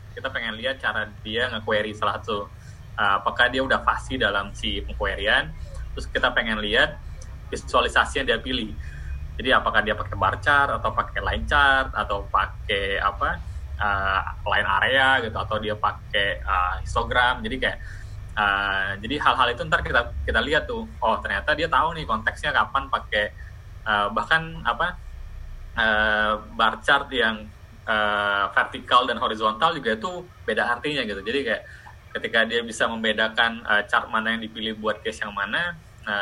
kita pengen lihat cara dia nge-query salah satu, apakah dia udah fasih dalam si penqueryan. Terus kita pengen lihat visualisasi yang dia pilih. Jadi apakah dia pakai bar chart atau pakai line chart atau pakai line area gitu, atau dia pakai histogram. Jadi kayak jadi hal-hal itu ntar kita lihat tuh, oh ternyata dia tahu nih konteksnya kapan pakai bahkan bar chart yang vertikal dan horizontal juga itu beda artinya gitu. Jadi kayak ketika dia bisa membedakan chart mana yang dipilih buat case yang mana,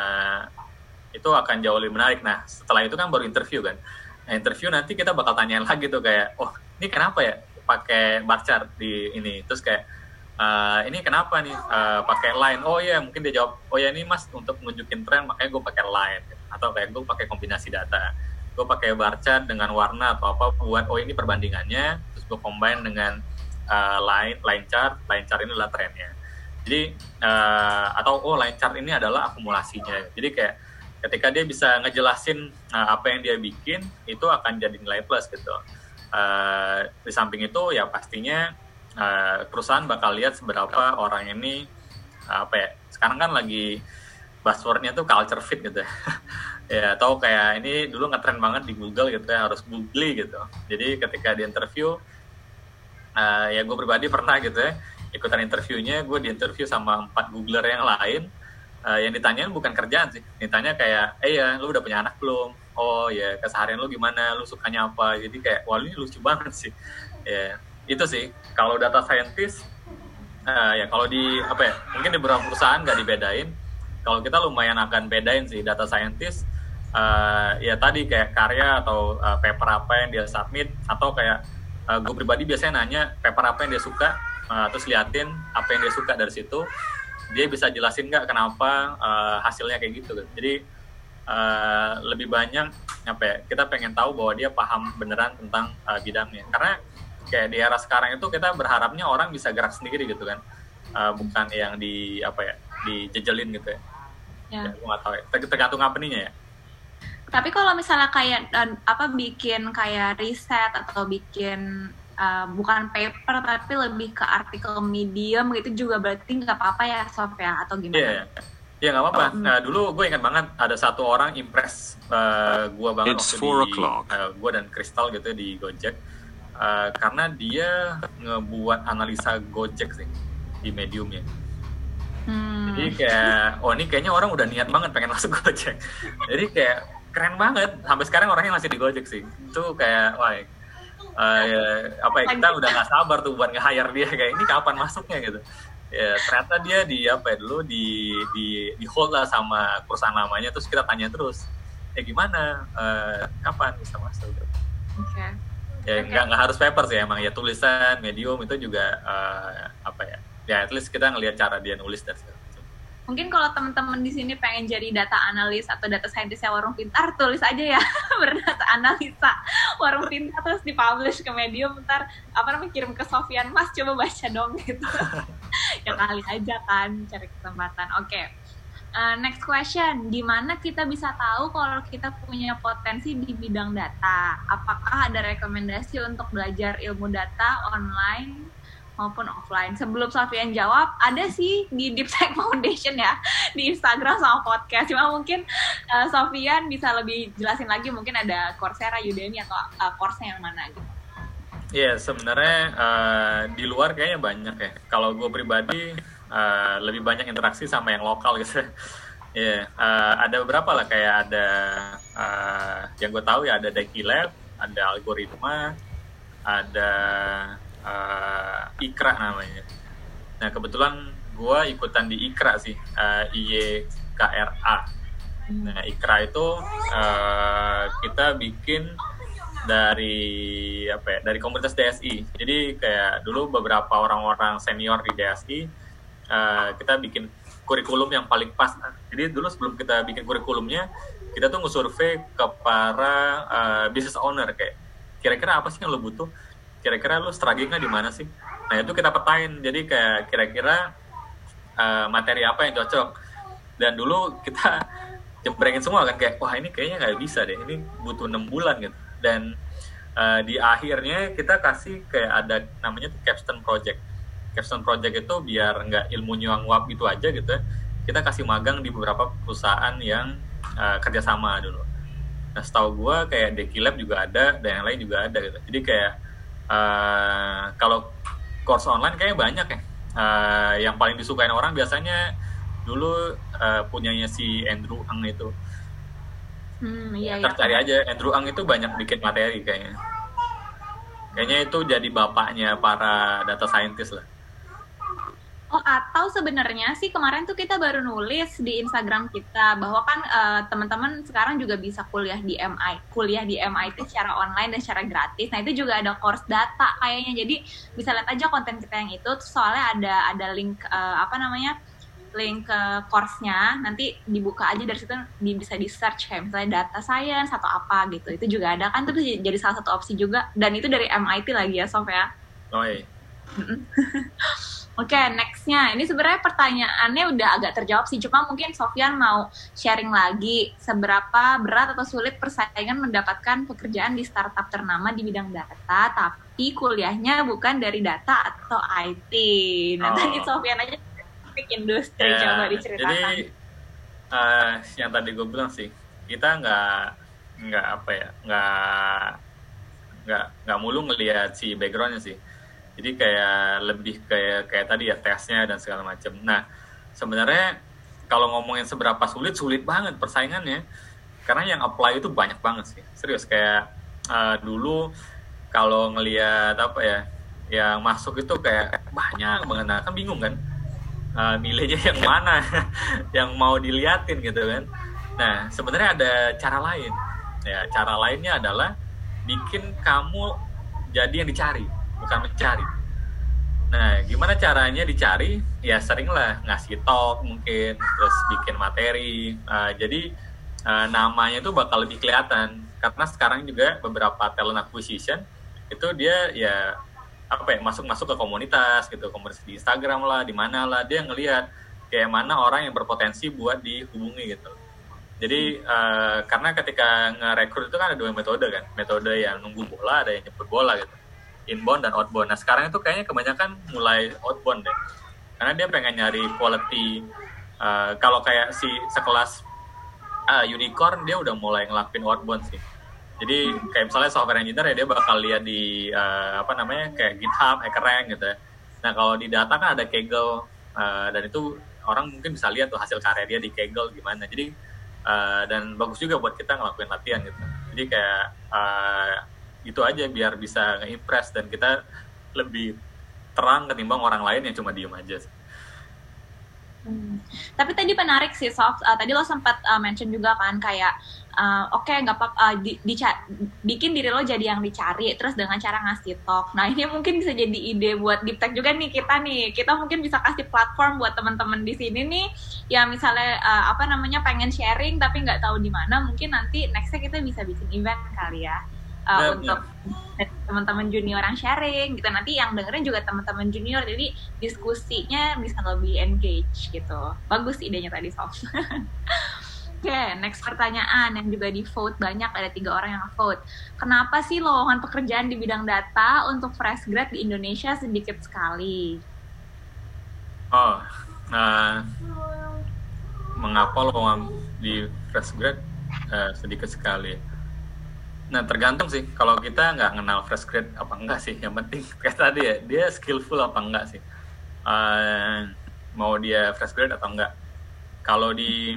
itu akan jauh lebih menarik. Nah setelah itu kan baru interview kan. Nah interview nanti kita bakal tanyain lagi tuh kayak, oh ini kenapa ya pakai bar chart di ini, terus kayak ini kenapa nih pakai line. Oh iya, mungkin dia jawab, oh ya ini mas untuk nunjukin tren makanya gue pakai line, atau kayak gue pakai kombinasi data, gue pakai bar chart dengan warna atau apa buat, oh ini perbandingannya, terus gue combine dengan line chart ini adalah trennya. Jadi atau line chart ini adalah akumulasinya. Jadi kayak ketika dia bisa ngejelasin apa yang dia bikin, itu akan jadi nilai plus gitu. Di samping itu ya pastinya perusahaan bakal lihat seberapa orang ini sekarang kan lagi buzzwordnya tuh culture fit gitu ya. Ya atau kayak ini dulu ngetren banget di Google gitu ya, harus googly gitu. Jadi ketika di interview ya gue pribadi pernah gitu ya ikutan interviewnya, gue di interview sama 4 Googler yang lain. Yang ditanyain bukan kerjaan sih, ditanya kayak, ya lu udah punya anak belum? Oh ya, keseharian lu gimana? Lu sukanya apa? Jadi kayak, wah ini lucu banget sih. Ya itu sih. Kalau data scientist, ya kalau di mungkin di beberapa perusahaan nggak dibedain. Kalau kita lumayan akan bedain sih data scientist. Ya tadi kayak karya atau paper apa yang dia submit, atau kayak gue pribadi biasanya nanya paper apa yang dia suka, terus liatin apa yang dia suka dari situ. Dia bisa jelasin nggak kenapa hasilnya kayak gitu. Jadi lebih banyak kita pengen tahu bahwa dia paham beneran tentang bidangnya. Karena kayak di era sekarang itu kita berharapnya orang bisa gerak sendiri gitu kan, bukan yang dijejelin gitu ya. Ya gue nggak tahu ya, tergantung company-nya ya. Tapi kalau misalnya kayak bikin kayak riset atau bikin bukan paper tapi lebih ke artikel Medium gitu juga berarti nggak apa-apa ya Sof ya, atau gimana? Iya nggak apa-apa. Nah dulu gue ingat banget ada satu orang impress gue banget waktu gue dan Crystal gitu di Gojek, karena dia ngebuat analisa Gojek sih di Mediumnya. Jadi kayak, oh ini kayaknya orang udah niat banget pengen masuk Gojek. Jadi kayak keren banget. Sampai sekarang orangnya masih di Gojek sih. Itu kayak, wah kita udah nggak sabar tuh buat nge-hire dia, kayak ini kapan masuknya gitu. Ya ternyata dia dulu di hold lah sama perusahaan namanya, terus kita tanya terus, gimana, kapan bisa masuk gitu. Ya nggak harus paper sih emang, ya tulisan Medium itu juga ya at least kita ngelihat cara dia nulis dan segala macam. Mungkin kalau teman-teman di sini pengen jadi data analis atau data scientist Warung Pintar, tulis aja ya berdata analisa Warung Pintar terus dipublish ke Medium, ntar kirim ke Sofian, Mas coba baca dong gitu. Ya kali aja kan cari kesempatan. Oke. Next question, di mana kita bisa tahu kalau kita punya potensi di bidang data? Apakah ada rekomendasi untuk belajar ilmu data online maupun offline? Sebelum Sofian jawab, ada sih di Deep Tech Foundation ya, di Instagram sama podcast. Cuma mungkin Sofian bisa lebih jelasin lagi, mungkin ada Coursera, Udemy, atau course-nya yang mana gitu. Iya, sebenarnya di luar kayaknya banyak ya. Kalau gue pribadi lebih banyak interaksi sama yang lokal gitu. Ya, ada beberapa lah, kayak ada yang gue tahu ya, ada Daki Lab, ada Algoritma, ada Ikra namanya. Nah kebetulan gue ikutan di Ikra sih, IYKRA. Nah Ikra itu kita bikin dari komunitas DSI. Jadi kayak dulu beberapa orang-orang senior di DSI, kita bikin kurikulum yang paling pas. Jadi dulu sebelum kita bikin kurikulumnya, kita tuh nge-survey ke para business owner, kayak kira-kira apa sih yang lo butuh, kira-kira lo struggle-nya di mana sih. Nah itu kita petain, jadi kayak kira-kira materi apa yang cocok. Dan dulu kita jembrengin semua kan, kayak wah ini kayaknya nggak bisa deh, ini butuh 6 bulan gitu. Dan di akhirnya kita kasih kayak ada namanya tuh capstone project. Capstone project itu biar nggak ilmu nyuang-nguap gitu aja gitu ya. Kita kasih magang di beberapa perusahaan yang kerjasama dulu. Nah setahu gue kayak Dekilab juga ada dan yang lain juga ada gitu. Jadi kayak kalau course online kayaknya banyak ya. Yang paling disukain orang biasanya dulu punyanya si Andrew Ang itu. Iya, Cari aja Andrew Ang itu banyak bikin materi kayaknya. Kayaknya itu jadi bapaknya para data scientist lah. Oh, atau sebenarnya sih kemarin tuh kita baru nulis di Instagram kita bahwa kan teman-teman sekarang juga bisa kuliah di MIT secara online dan secara gratis. Nah, itu juga ada course data kayaknya. Jadi bisa lihat aja konten kita yang itu. Soalnya ada link link ke course-nya. Nanti dibuka aja dari situ, bisa di-search kayak misalnya data science atau apa gitu. Itu juga ada kan, itu jadi salah satu opsi juga. Dan itu dari MIT lagi ya, Sof ya. Oh iya. Oke, next-nya. Ini sebenarnya pertanyaannya udah agak terjawab sih. Cuma mungkin Sofyan mau sharing lagi seberapa berat atau sulit persaingan mendapatkan pekerjaan di startup ternama di bidang data, tapi kuliahnya bukan dari data atau IT. Nah, tadi Sofyan aja industri, coba diceritakan. Jadi, yang tadi gue bilang sih, kita nggak mulu ngelihat si backgroundnya sih. Jadi kayak lebih kayak tadi ya tesnya dan segala macam. Nah sebenarnya kalau ngomongin seberapa sulit banget persaingannya, karena yang apply itu banyak banget sih, serius. Kayak dulu kalau ngelihat yang masuk itu kayak banyak banget, nah kan bingung kan nilainya yang mana yang mau diliatin gitu kan. Nah sebenarnya ada cara lain ya. Cara lainnya adalah bikin kamu jadi yang dicari, bukan mencari. Nah, gimana caranya dicari? Ya seringlah ngasih talk mungkin, terus bikin materi. Jadi namanya itu bakal lebih kelihatan. Karena sekarang juga beberapa talent acquisition itu dia ya masuk ke komunitas gitu, komunitas di Instagram lah, di mana lah, dia ngelihat kayak mana orang yang berpotensi buat dihubungi gitu. Jadi karena ketika ngerekrut itu kan ada dua metode kan, metode yang nunggu bola, ada yang jemput bola gitu, inbound dan outbound. Nah sekarang itu kayaknya kebanyakan mulai outbound deh, karena dia pengen nyari quality. Kalau kayak si sekelas unicorn, dia udah mulai ngelakuin outbound sih. Jadi kayak misalnya software engineer ya, dia bakal lihat di kayak GitHub, HackerRank gitu ya. Nah kalau di data kan ada Kaggle, dan itu orang mungkin bisa lihat tuh hasil karya dia di Kaggle gimana. Jadi dan bagus juga buat kita ngelakuin latihan gitu. Jadi kayak gitu aja biar bisa nge-impress dan kita lebih terang ketimbang orang lain yang cuma diem aja sih. Tapi tadi menarik sih Sof, tadi lo sempat mention juga kan kayak nggak apa-apa, bikin diri lo jadi yang dicari terus dengan cara ngasih talk. Nah ini mungkin bisa jadi ide buat Deep Tech juga nih, kita mungkin bisa kasih platform buat teman-teman di sini nih yang misalnya pengen sharing tapi nggak tahu di mana. Mungkin nanti nextnya kita bisa bikin event kali ya. Untuk teman-teman junior yang sharing gitu, nanti yang dengerin juga teman-teman junior, jadi diskusinya bisa lebih engage gitu. Bagus idenya tadi Sof. Oke, next pertanyaan yang juga di vote banyak, ada 3 orang yang vote. Kenapa sih lowongan pekerjaan di bidang data untuk fresh grad di Indonesia sedikit sekali? Mengapa lowongan di fresh grad sedikit sekali? Nah tergantung sih, kalau kita nggak kenal fresh grad apa enggak sih, yang penting kayak tadi ya, dia skillful apa enggak sih, mau dia fresh grad atau enggak. Kalau di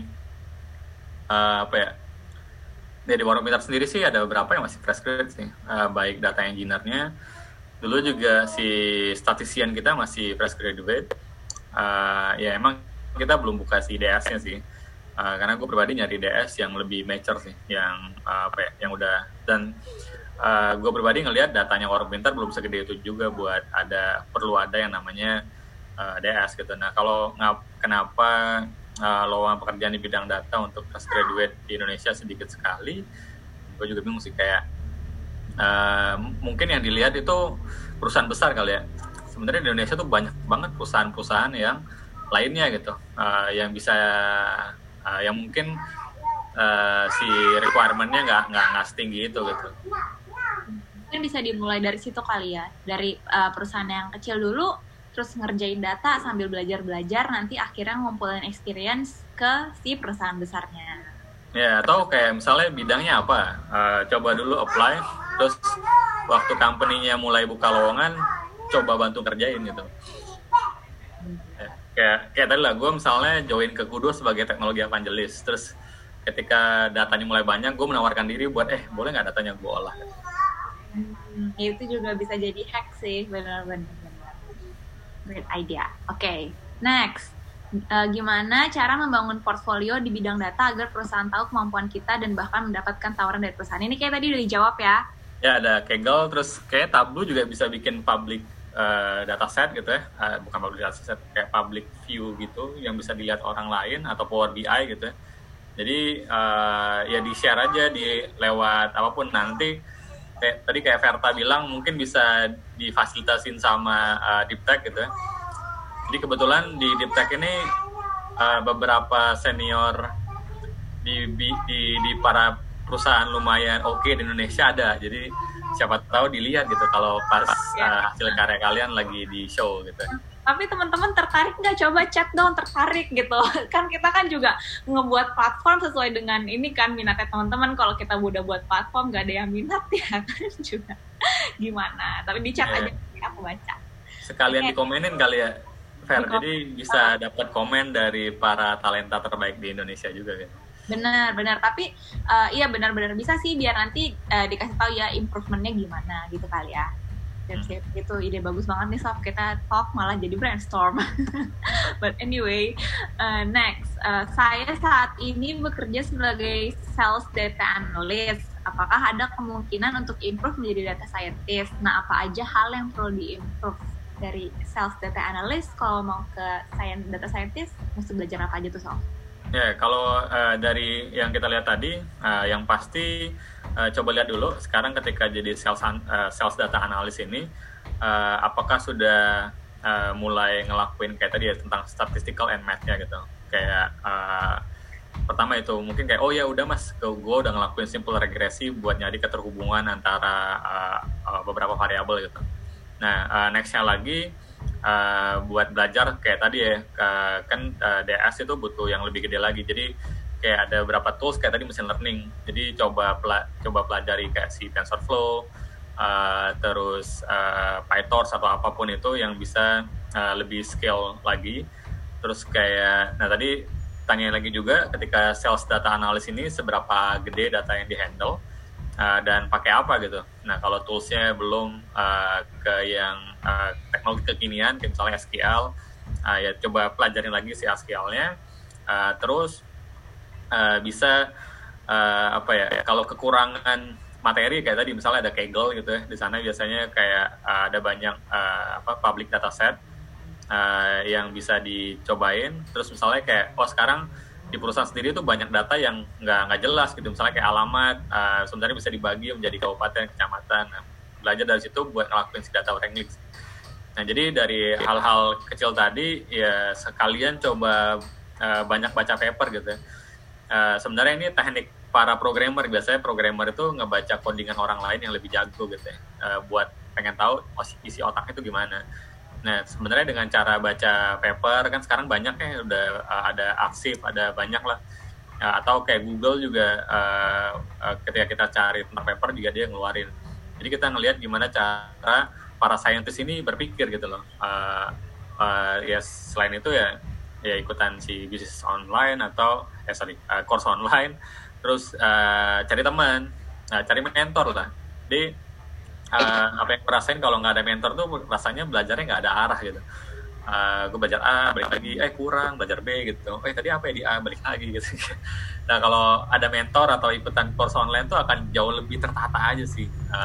di Warung Pintar sendiri sih ada beberapa yang masih fresh grad sih, baik data engineer-nya. Dulu juga si statistician kita masih fresh graduate. Ya emang kita belum buka si DS-nya sih. Karena gue pribadi nyari DS yang lebih mature sih, yang yang udah, dan gue pribadi ngelihat datanya Warung Pintar belum segede itu juga buat perlu ada yang namanya DS gitu. Nah kalau kenapa lowongan pekerjaan di bidang data untuk fresh graduate di Indonesia sedikit sekali, gue juga bingung sih. Kayak mungkin yang dilihat itu perusahaan besar kali ya. Sebenarnya di Indonesia tuh banyak banget perusahaan-perusahaan yang lainnya gitu, yang bisa yang mungkin si requirement-nya nggak setinggi itu gitu. Mungkin bisa dimulai dari situ kali ya, dari perusahaan yang kecil dulu, terus ngerjain data sambil belajar-belajar, nanti akhirnya ngumpulin experience ke si perusahaan besarnya. Ya, atau kayak misalnya bidangnya apa, coba dulu apply, terus waktu company-nya mulai buka lowongan, coba bantu kerjain gitu. Ya, kayak tadi lah, gue misalnya join ke Kudo sebagai teknologi evangelis, terus ketika datanya mulai banyak, gue menawarkan diri buat, boleh nggak datanya gue olah? Itu juga bisa jadi hack sih, benar-benar. Great idea. Oke, next. Gimana cara membangun portfolio di bidang data agar perusahaan tahu kemampuan kita dan bahkan mendapatkan tawaran dari perusahaan? Ini kayak tadi udah dijawab ya. Ya, ada Kaggle, terus kayak Tableau juga bisa bikin public dataset gitu ya. Bukan public dataset, kayak public view gitu, yang bisa dilihat orang lain, atau Power BI gitu ya. Jadi ya di-share aja lewat apapun. Nanti tadi kayak Verta bilang, mungkin bisa difasilitasin sama Deep Tech gitu ya. Jadi kebetulan di Deep Tech ini beberapa senior di para perusahaan lumayan oke di Indonesia ada. Jadi siapa tahu dilihat gitu kalau pas hasil karya kalian lagi di show gitu. Tapi teman-teman tertarik nggak? Coba chat dong, tertarik gitu. Kan kita kan juga ngebuat platform sesuai dengan ini kan minatnya teman-teman. Kalau kita udah buat platform nggak ada yang minat ya kan juga gimana. Tapi di chat aja aku baca. Sekalian dikomenin kali ya, Fer. Jadi bisa dapat komen dari para talenta terbaik di Indonesia juga kan. Benar. Tapi iya benar-benar bisa sih, biar nanti dikasih tahu ya improvementnya gimana gitu kali ya. Itu ide bagus banget nih, Sof. Kita talk malah jadi brainstorm. But anyway, next. Saya saat ini bekerja sebagai sales data analyst. Apakah ada kemungkinan untuk improve menjadi data scientist? Nah, apa aja hal yang perlu di-improve dari sales data analyst? Kalau mau ke data scientist, mesti belajar apa aja tuh, Sof? Ya, kalau dari yang kita lihat tadi, yang pasti coba lihat dulu sekarang ketika jadi sales data analyst ini, apakah sudah mulai ngelakuin kayak tadi ya tentang statistical and math-nya gitu. Kayak pertama itu mungkin kayak ya udah mas, gue udah ngelakuin simple regresi buat nyari keterhubungan antara beberapa variabel gitu. Nah, next-nya lagi buat belajar kayak tadi ya, kan DS itu butuh yang lebih gede lagi. Jadi kayak ada beberapa tools kayak tadi machine learning. Jadi coba pelajari kayak si TensorFlow, terus PyTorch atau apapun itu yang bisa lebih scale lagi. Terus kayak, nah tadi tanya lagi juga ketika sales data analyst ini seberapa gede data yang dihandle dan pakai apa gitu. Nah kalau toolsnya belum ke yang teknologi kekinian, kayak misalnya SQL, ya coba pelajarin lagi si SQL-nya. Terus bisa kalau kekurangan materi kayak tadi misalnya ada Kaggle gitu ya, di sana biasanya kayak ada banyak public dataset yang bisa dicobain. Terus misalnya kayak sekarang di perusahaan sendiri tuh banyak data yang nggak jelas gitu, misalnya kayak alamat sebenarnya bisa dibagi menjadi kabupaten, kecamatan. Nah, belajar dari situ buat ngelakuin si data wrangling. Nah jadi dari hal-hal kecil tadi ya sekalian coba banyak baca paper gitu ya. Sebenarnya ini teknik para programmer. Biasanya programmer itu ngebaca codingan orang lain yang lebih jago gitu ya, buat pengen tahu isi otaknya itu gimana. Nah sebenarnya dengan cara baca paper kan sekarang banyak ya, udah ada arsip, ada banyak lah, atau kayak Google juga ketika kita cari tentang paper juga dia ngeluarin. Jadi kita ngelihat gimana cara para scientist ini berpikir gitu loh. Ya selain itu ya ikutan si bisnis online atau course online, terus cari teman, cari mentor lah. Jadi apa yang ngerasain kalau nggak ada mentor tuh rasanya belajarnya nggak ada arah gitu. Gue belajar A, balik lagi, kurang, belajar B gitu. Tadi apa ya di A, balik lagi gitu. Nah kalau ada mentor atau ikutan course online tuh akan jauh lebih tertata aja sih.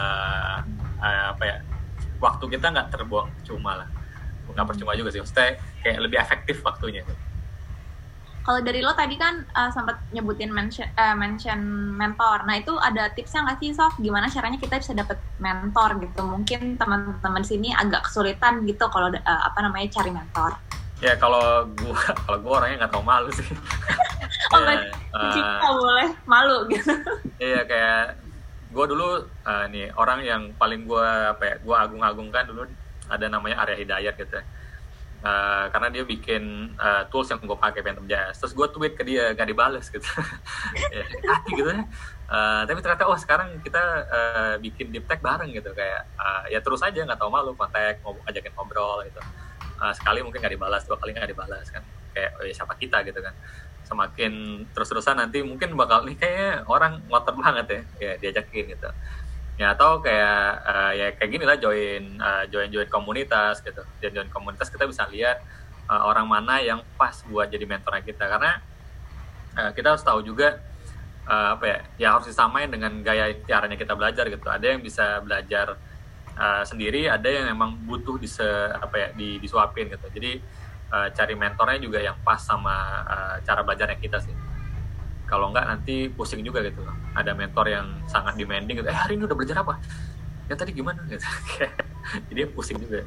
Waktu kita nggak terbuang cuma lah. Nggak percuma juga sih, maksudnya kayak lebih efektif waktunya. Kalau dari lo tadi kan sempat nyebutin mention mentor. Nah itu ada tipsnya nggak sih, Sof? Gimana caranya kita bisa dapet mentor gitu? Mungkin teman-teman sini agak kesulitan gitu kalau cari mentor. Ya kalau gue orangnya nggak terlalu malu sih. Jika boleh malu gitu. Iya kayak gue dulu nih orang yang paling gue gue agung-agungkan dulu ada namanya Arya Hidayat gitu. Karena dia bikin tools yang gue pakai Phantom.js. Terus gue tweet ke dia, gak dibales gitu. Gitu ya. Tapi ternyata sekarang kita bikin deep tech bareng gitu, kayak ya terus aja, nggak tahu malu kontak, mau ajakin ngobrol gitu. Sekali mungkin nggak dibalas, 2 kali nggak dibalas kan, kayak siapa kita gitu kan. Semakin terus-terusan nanti mungkin bakal nih kayaknya orang ngotot banget ya diajakin gitu. Ya atau kayak ya kayak gini lah, join komunitas gitu. Join komunitas, kita bisa lihat orang mana yang pas buat jadi mentornya kita, karena kita harus tahu juga ya harus disamain dengan gaya caranya kita belajar gitu. Ada yang bisa belajar sendiri, ada yang memang butuh disuapin gitu. Jadi cari mentornya juga yang pas sama cara belajarnya kita sih. Kalau enggak nanti pusing juga gitu. Ada mentor yang sangat demanding gitu. Hari ini udah belajar apa? Ya tadi gimana gitu. Jadi pusing juga.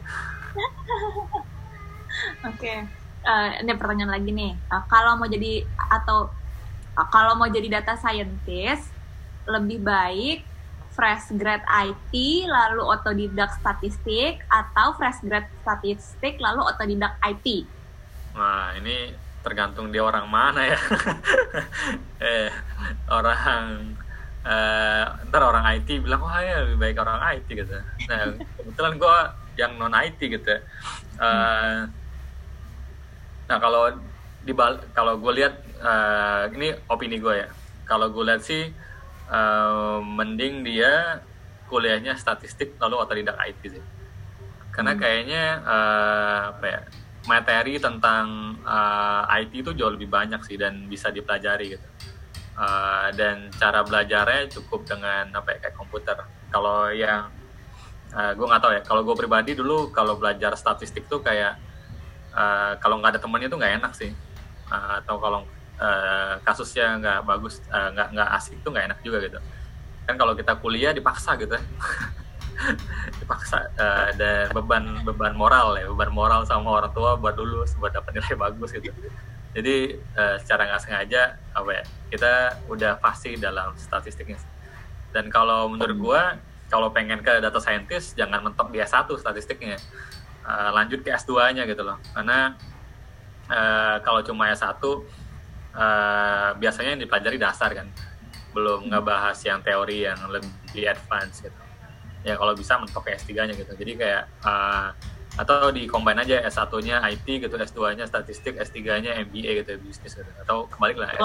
Oke. Ini pertanyaan lagi nih. Kalau mau jadi data scientist, lebih baik fresh grad IT lalu otodidak statistik, atau fresh grad statistik lalu otodidak IT? Nah, ini tergantung dia orang mana ya. Ntar orang IT bilang ya lebih baik orang IT gitu. Nah, kebetulan gue yang non IT gitu. Nah, kalau gue lihat ini opini gue ya. Kalau gue lihat sih mending dia kuliahnya statistik lalu otodidak IT sih. Karena kayaknya materi tentang IT itu jauh lebih banyak sih dan bisa dipelajari gitu. Dan cara belajarnya cukup dengan kayak komputer. Kalau yang gue nggak tahu ya. Kalau gue pribadi dulu kalau belajar statistik tuh kayak kalau nggak ada temennya tuh nggak enak sih. Atau kalau kasusnya nggak bagus, nggak asik tuh nggak enak juga gitu. Kan kalau kita kuliah dipaksa gitu ya. Dipaksa, ada beban moral sama orang tua buat lulus, buat dapat nilai bagus gitu. Jadi secara nggak sengaja kita udah pasti dalam statistiknya. Dan kalau menurut gue, kalau pengen ke data scientist jangan mentok di S1 statistiknya, lanjut ke S2-nya gitu loh. Karena kalau cuma S1 biasanya yang dipelajari dasar kan, belum ngebahas yang teori yang lebih advance gitu. Ya kalau bisa mentok ke S3-nya gitu. Jadi kayak atau di-combine aja S1-nya IT gitu, S2-nya statistik, S3-nya MBA gitu, bisnis gitu. Atau kebalik lah,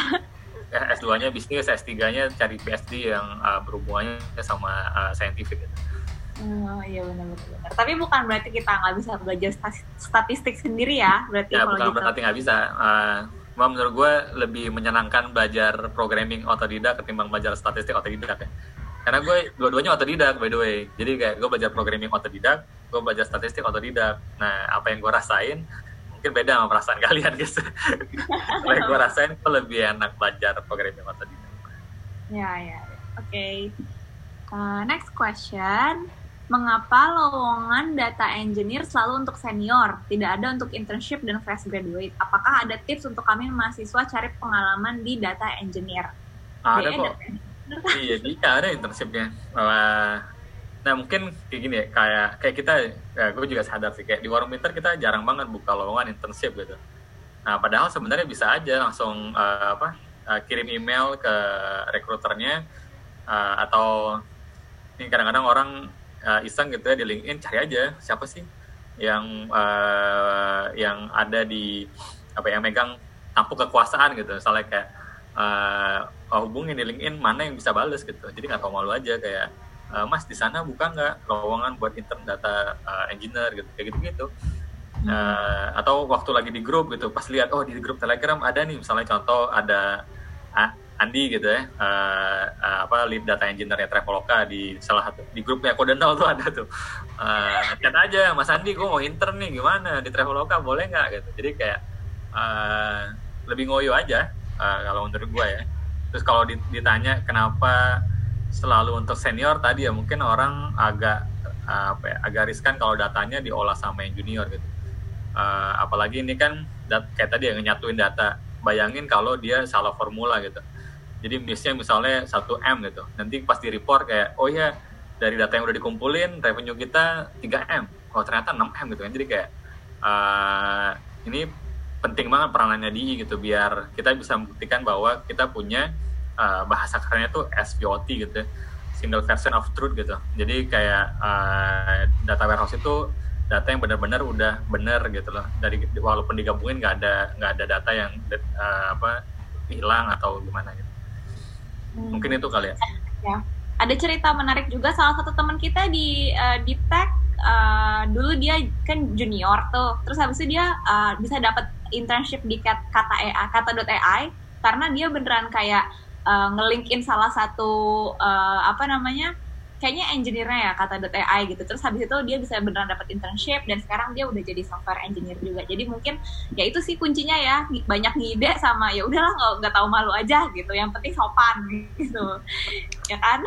S2-nya bisnis, S3-nya cari PhD yang berhubungannya sama scientific gitu. Oh iya benar. Tapi bukan berarti kita nggak bisa belajar statistik sendiri ya? Berarti ya kalau bukan gitu. Berarti nggak bisa. Menurut gue lebih menyenangkan belajar programming otodidak ketimbang belajar statistik otodidak ya. Karena gue dua-duanya otodidak by the way. Jadi kayak gue belajar programming otodidak, gue belajar statistik otodidak. Nah, apa yang gue rasain mungkin beda sama perasaan kalian guys. Kalau yang gue rasain gue lebih enak belajar programming otodidak. Ya. Oke. Next question. Mengapa lowongan data engineer selalu untuk senior, tidak ada untuk internship dan fresh graduate? Apakah ada tips untuk kami mahasiswa cari pengalaman di data engineer? Ada kok. Iya, ada internshipnya. Nah mungkin kayak gini ya, kayak kita, gue juga sadar sih, kayak di Warung Pintar kita jarang banget buka lowongan internship gitu. Nah padahal sebenarnya bisa aja langsung kirim email ke rekruternya, atau ini kadang-kadang orang iseng gitu ya di LinkedIn, cari aja siapa sih yang ada di yang megang tampuk kekuasaan gitu, misalnya kayak hubungin di LinkedIn mana yang bisa bales gitu. Jadi nggak tahu malu aja kayak Mas di sana buka nggak lowongan buat intern data engineer gitu, kayak gitu. Atau waktu lagi di grup gitu, pas lihat di grup Telegram ada nih misalnya contoh ada Andi gitu ya, lead data engineer-nya Traveloka di salah satu di grupnya Kodental tuh ada tuh. Chat aja, Mas Andi, gue mau intern nih, gimana di Traveloka, boleh nggak gitu. Jadi kayak lebih ngoyo aja kalau menurut gue ya. Terus kalau ditanya kenapa selalu untuk senior tadi ya, mungkin orang agak riskan kalau datanya diolah sama yang junior gitu. Apalagi ini kan kayak tadi yang nyatuin data. Bayangin kalau dia salah formula gitu. Jadi miss-nya misalnya 1M gitu. Nanti pas di-report kayak, oh ya dari data yang udah dikumpulin, revenue kita 3M. Oh ternyata 6M gitu kan. Jadi kayak, ini penting banget peranannya DI gitu, biar kita bisa membuktikan bahwa kita punya bahasa kerennya tuh SVOT gitu, single version of truth gitu. Jadi kayak data warehouse itu data yang benar-benar udah benar gitu loh. Dari walaupun digabungin nggak ada data yang hilang atau gimana gitu. Mungkin itu kali ya. Ya. Ada cerita menarik juga, salah satu teman kita di tech, dulu dia kan junior tuh, terus habis itu dia bisa dapat internship di kata.ai karena dia beneran kayak ngelinkin salah satu kayaknya engineer-nya ya kata.ai gitu. Terus habis itu dia bisa beneran dapat internship dan sekarang dia udah jadi software engineer juga. Jadi mungkin ya itu sih kuncinya ya, banyak ngide sama ya udahlah nggak tahu malu aja gitu. Yang penting sopan gitu. Ya kan?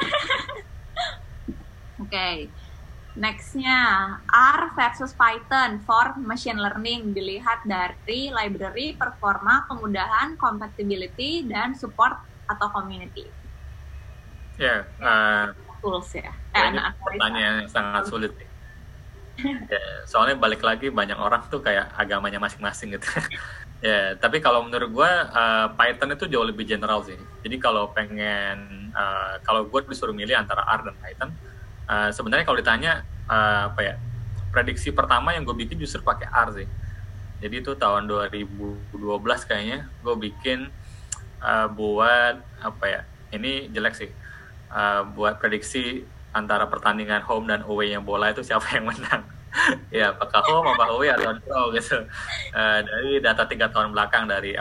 Oke. Nextnya, R versus Python for machine learning dilihat dari library, performa, kemudahan, compatibility, dan support atau community. Ya, Tools ya. Ini pertanyaan yang sangat sulit. Ya, soalnya balik lagi banyak orang tuh kayak agamanya masing-masing gitu. Ya, tapi kalau menurut gue Python itu jauh lebih general sih. Jadi kalau kalau gue disuruh milih antara R dan Python, sebenarnya kalau ditanya prediksi pertama yang gue bikin justru pakai R sih. Jadi itu tahun 2012 kayaknya gue bikin buat ini jelek sih, buat prediksi antara pertandingan home dan away-nya bola itu siapa yang menang. Ya, apakah home, apa away atau draw gitu. Dari data 3 tahun belakang dari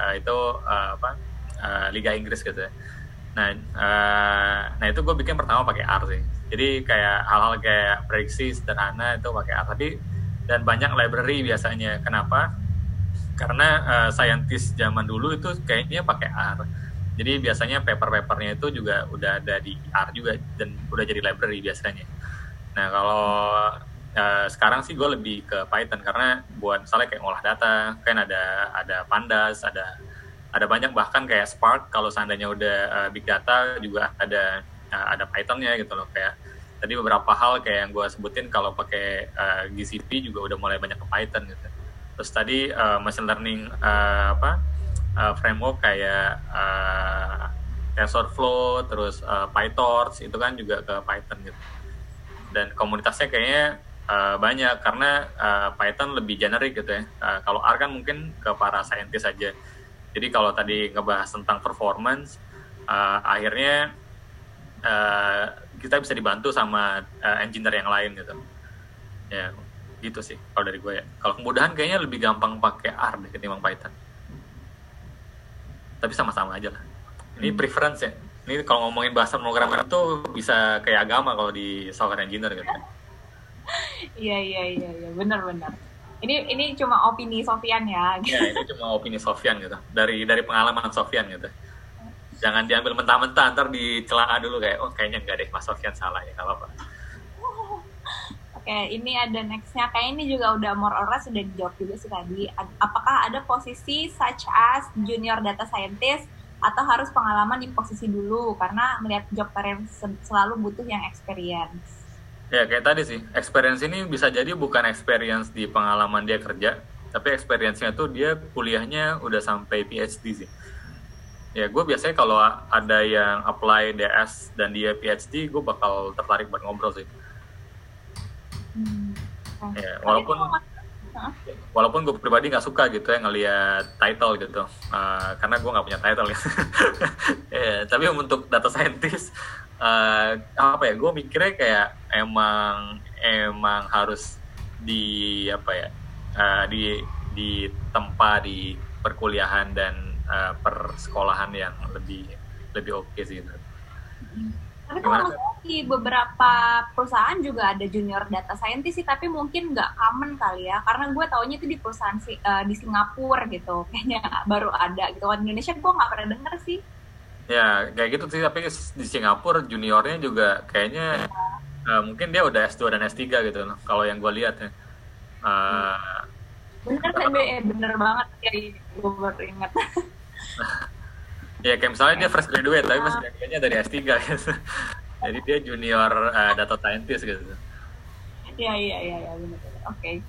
Liga Inggris gitu ya. Nah itu gue bikin pertama pakai R sih. Jadi kayak hal-hal kayak prediksi sederhana itu pakai R. Dan banyak library biasanya. Kenapa? Karena scientist zaman dulu itu kayaknya pakai R. Jadi biasanya paper-papernya itu juga udah ada di R juga dan udah jadi library biasanya. Nah kalau sekarang sih gue lebih ke Python karena buat misalnya kayak ngolah data, kan ada Pandas, ada banyak, bahkan kayak Spark kalau seandainya udah big data juga ada Python-nya gitu loh. Kayak tadi beberapa hal kayak yang gue sebutin kalau pakai GCP juga udah mulai banyak ke Python gitu. Terus tadi machine learning framework kayak TensorFlow, terus PyTorch itu kan juga ke Python gitu. Dan komunitasnya kayaknya banyak karena Python lebih generik gitu ya. Kalau R kan mungkin ke para scientist aja. Jadi kalau tadi ngebahas tentang performance, akhirnya kita bisa dibantu sama engineer yang lain gitu. Ya, gitu sih kalau dari gue ya. Kalau kemudahan kayaknya lebih gampang pakai R deh ketimbang Python. Tapi sama-sama aja lah. Ini preference ya. Ini kalau ngomongin bahasa pemrograman itu bisa kayak agama kalau di software engineer gitu. Iya, benar. Ini cuma opini Sofyan ya. Ya, ini cuma opini Sofyan gitu. Dari pengalaman Sofyan gitu. Jangan diambil mentah-mentah, ntar dicela dulu kayak, oh kayaknya enggak deh, Mas Sofyan salah ya, nggak apa-apa. Oke, ini ada nextnya. Kayak ini juga udah more or less sudah dijawab juga sih tadi. Apakah ada posisi such as junior data scientist atau harus pengalaman di posisi dulu? Karena melihat job career selalu butuh yang experience. Ya, kayak tadi sih. Experience ini bisa jadi bukan experience di pengalaman dia kerja, tapi experience-nya tuh dia kuliahnya udah sampai PhD sih. Ya, gue biasanya kalau ada yang apply DS dan dia PhD, gue bakal tertarik buat ngobrol sih. Ya, walaupun gue pribadi nggak suka gitu ya ngelihat title gitu, karena gue nggak punya title ya. Tapi untuk data scientist, gue mikirnya kayak emang harus di tempat di perkuliahan dan persekolahan yang lebih oke sih gitu. Tapi kalau di beberapa perusahaan juga ada junior data scientist sih, tapi mungkin nggak common kali ya, karena gue taunya itu di perusahaan di Singapura gitu, kayaknya baru ada gitu. Di Indonesia gue nggak pernah denger sih. Ya kayak gitu sih, tapi di Singapura juniornya juga kayaknya mungkin dia udah S2 dan S3 gitu loh, kalau yang gue lihat ya. Bener banget ya, gue baru ingat. Ya kayak misalnya dia fresh graduate tapi pas graduate-nya dari S3 gitu. Jadi dia junior data scientist gitu. Iya, benar-benar. Oke.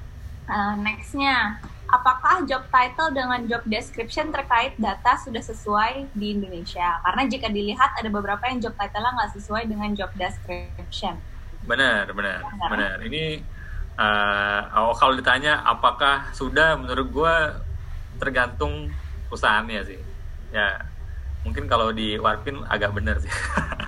Nextnya, apakah job title dengan job description terkait data sudah sesuai di Indonesia? Karena jika dilihat ada beberapa yang job title-nya nggak sesuai dengan job description. Benar. Ini kalau ditanya apakah sudah, menurut gue tergantung perusahaannya sih. Ya mungkin kalau di Warpin agak benar sih.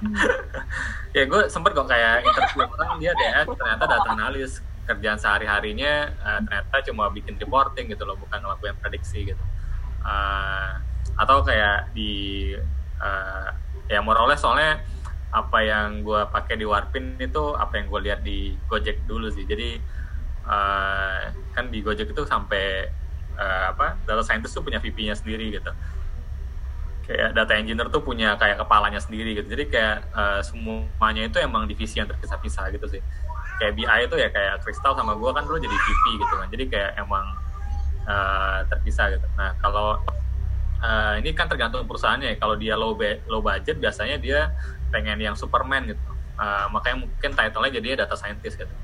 Ya gue sempet kok kayak interview orang, dia DS ternyata data analis, kerjaan sehari-harinya ternyata cuma bikin reporting gitu loh, bukan ngelakuin prediksi gitu. Atau kayak di ya more or less, soalnya apa yang gue pakai di Warpin itu apa yang gue lihat di Gojek dulu sih. Jadi kan di Gojek itu sampai data scientist tuh punya VP-nya sendiri gitu. Kayak data engineer tuh punya kayak kepalanya sendiri gitu. Jadi kayak semuanya itu emang divisi yang terpisah-pisah gitu sih. Kayak BI itu ya kayak Crystal sama gue kan dulu jadi VP gitu kan. Jadi kayak emang terpisah gitu. Nah kalau ini kan tergantung perusahaannya ya. Kalau dia low budget biasanya dia pengen yang Superman gitu. Makanya mungkin title-nya jadinya data scientist gitu.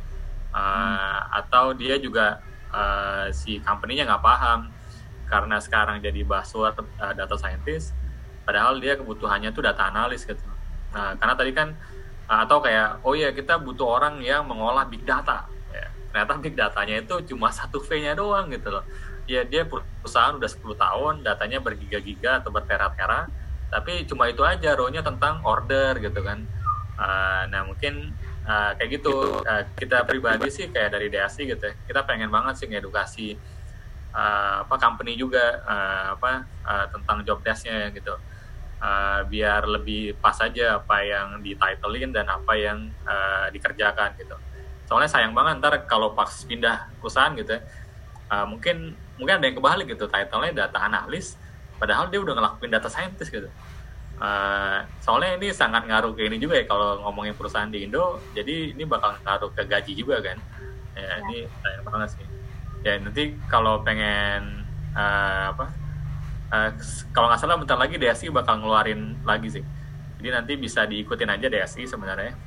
Atau dia juga si company-nya nggak paham karena sekarang jadi buzzword data scientist, padahal dia kebutuhannya tuh data analis gitu. Nah, karena tadi kan atau kayak oh ya kita butuh orang yang mengolah big data. Ya, ternyata big datanya itu cuma satu V-nya doang gitu loh. Ya dia perusahaan udah 10 tahun, datanya bergiga-giga atau bertera-tera, tapi cuma itu aja, row-nya tentang order gitu kan. Nah mungkin kayak gitu. Kita pribadi sih kayak dari DSI gitu ya, kita pengen banget sih ngedukasi company juga tentang job desk-nya gitu. Biar lebih pas aja apa yang dititlein dan apa yang dikerjakan gitu. Soalnya sayang banget ntar kalau pas pindah perusahaan gitu ya, mungkin ada yang kebalik gitu, title-nya data analis padahal dia udah ngelakuin data scientist gitu. Soalnya ini sangat ngaruh ke ini juga ya, kalau ngomongin perusahaan di Indo, jadi ini bakal ngaruh ke gaji juga kan ya. Ini sayang banget sih ya. Nanti kalau pengen kalau nggak salah bentar lagi DSI bakal ngeluarin lagi sih, jadi nanti bisa diikutin aja DSI sebenarnya.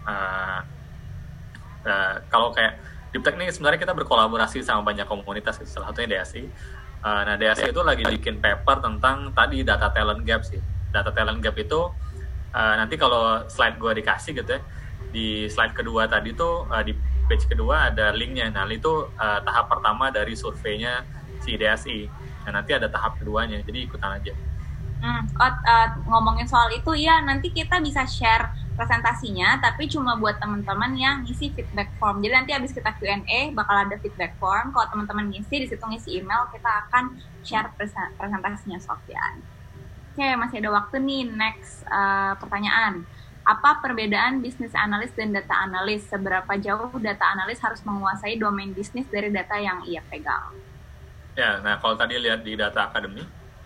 Kalau kayak Deep Tech ini sebenarnya kita berkolaborasi sama banyak komunitas, salah satunya DSI. Nah DSI itu lagi bikin paper tentang tadi data talent gap sih. Data talent gap itu nanti kalau slide gue dikasih gitu ya, di slide kedua tadi tuh di page kedua ada linknya. Nah itu tahap pertama dari surveinya si DSI. Nah nanti ada tahap keduanya, jadi ikutan aja. Ngomongin soal itu ya, nanti kita bisa share presentasinya, tapi cuma buat teman-teman yang ngisi feedback form. Jadi nanti abis kita Q&A bakal ada feedback form. Kalau teman-teman ngisi, di situ ngisi email, kita akan share presentasinya Sofyan. Oke, masih ada waktu nih. Next pertanyaan. Apa perbedaan bisnis analis dan data analis? Seberapa jauh data analis harus menguasai domain bisnis dari data yang ia pegang? Ya, nah kalau tadi lihat di Data Academy,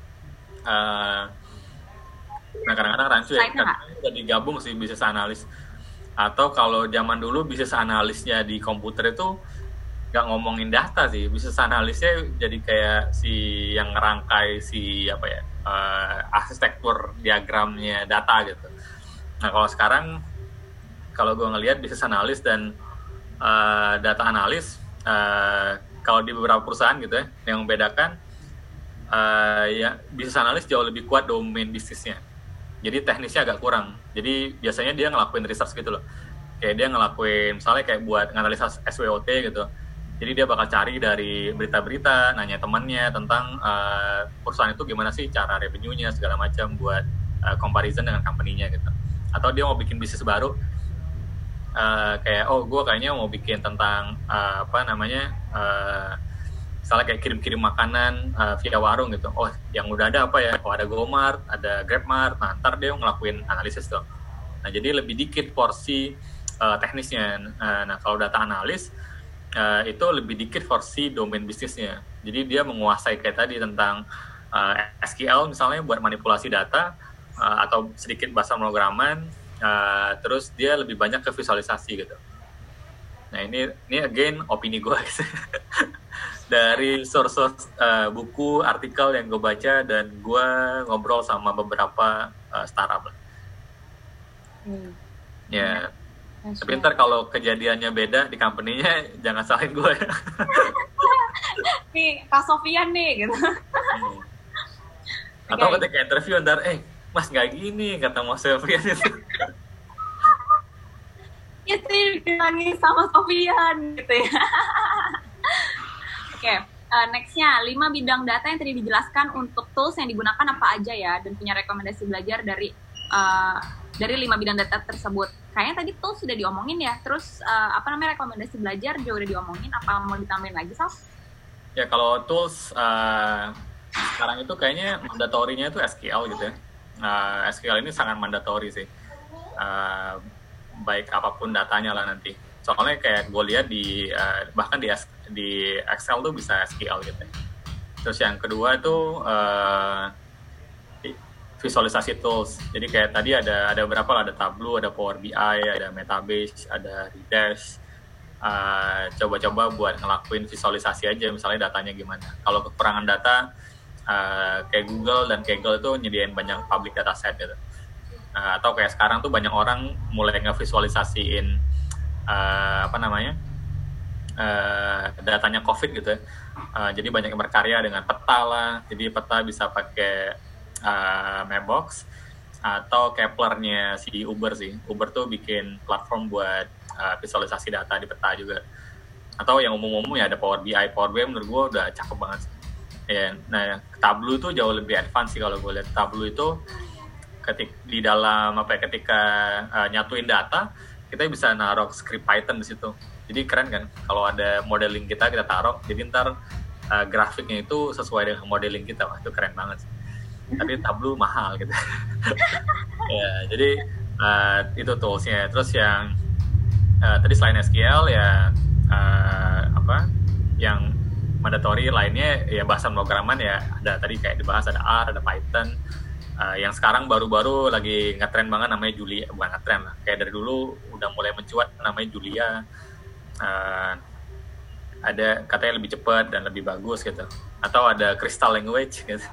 nah kadang-kadang rancu ya, kan udah digabung sih bisnis analis. Atau kalau zaman dulu bisnis analisnya di komputer itu nggak ngomongin data sih, bisnis analisnya jadi kayak si yang ngerangkai si arsitektur diagramnya data gitu. Nah kalau sekarang kalau gue ngelihat bisnis analis dan data analis, kalau di beberapa perusahaan gitu ya, yang membedakan ya bisnis analis jauh lebih kuat domain bisnisnya. Jadi teknisnya agak kurang. Jadi biasanya dia ngelakuin research gitu loh. Kayak dia ngelakuin misalnya kayak buat nganalisa SWOT gitu. Jadi dia bakal cari dari berita-berita, nanya temannya tentang perusahaan itu gimana sih cara revenue-nya segala macam buat comparison dengan company-nya gitu. Atau dia mau bikin bisnis baru, kayak gue kayaknya mau bikin tentang misalnya kayak kirim-kirim makanan via warung gitu. Oh, yang udah ada apa ya? Oh, ada GoMart, ada GrabMart. Nah, ntar dia ngelakuin analisis tuh. Nah, jadi lebih dikit porsi teknisnya. Nah, kalau data analis itu lebih dikit porsi domain bisnisnya. Jadi dia menguasai kayak tadi tentang SQL misalnya buat manipulasi data, atau sedikit bahasa pemrograman. Terus dia lebih banyak ke visualisasi gitu. Nah ini again opini gue gitu. dari source buku, artikel yang gue baca, dan gue ngobrol sama beberapa startup lah. Ya. Tapi ntar kalau kejadiannya beda di company-nya, jangan salahin gue. Nih, Kak Sofian nih, gitu. Atau ketika interview ntar, Mas nggak gini, kata Mas Sofian itu. Ya sih, lagi sama Sofian, gitu ya. Oke, nextnya 5 bidang data yang tadi dijelaskan untuk tools yang digunakan apa aja ya, dan punya rekomendasi belajar dari 5 bidang data tersebut. Kayaknya tadi tools sudah diomongin ya, terus rekomendasi belajar juga udah diomongin, apa mau ditambahin lagi, Sal? Ya kalau tools sekarang itu kayaknya mandatorinya itu SQL gitu ya. SQL ini sangat mandatori sih, baik apapun datanya lah nanti. Soalnya kayak gue lihat bahkan di Excel tuh bisa SQL gitu. Terus yang kedua itu visualisasi tools. Jadi kayak tadi ada berapa lah, ada Tableau, ada Power BI, ada Metabase, ada Redash. Coba-coba buat ngelakuin visualisasi aja, misalnya datanya gimana. Kalau kekurangan data, kayak Google dan Kaggle itu nyediain banyak public data set gitu. Atau kayak sekarang tuh banyak orang mulai ngevisualisasiin datanya COVID gitu ya. Jadi banyak yang berkarya dengan peta lah. Jadi peta bisa pakai Mapbox atau Kepler-nya si Uber sih. Uber tuh bikin platform buat visualisasi data di peta juga. Atau yang umum-umum ya ada Power BI. Power BI menurut gue udah cakep banget sih. Ya, nah Tableau tuh jauh lebih advance sih kalau gue lihat. Tableau itu ketika nyatuin data, kita bisa naruh script Python di situ. Jadi keren kan, kalau ada modeling kita taruh, jadi ntar grafiknya itu sesuai dengan modeling kita. Wah, itu keren banget sih. Tapi Tableau mahal gitu. Ya, jadi itu toolsnya. Terus yang tadi selain SQL ya yang mandatory lainnya ya bahasa pemrograman ya ada tadi kayak dibahas, ada R, ada Python. Yang sekarang baru-baru lagi ngetren banget namanya Julia, bukan ngetren lah, kayak dari dulu udah mulai mencuat namanya Julia. Ada katanya lebih cepat dan lebih bagus gitu. Atau ada Crystal Language gitu.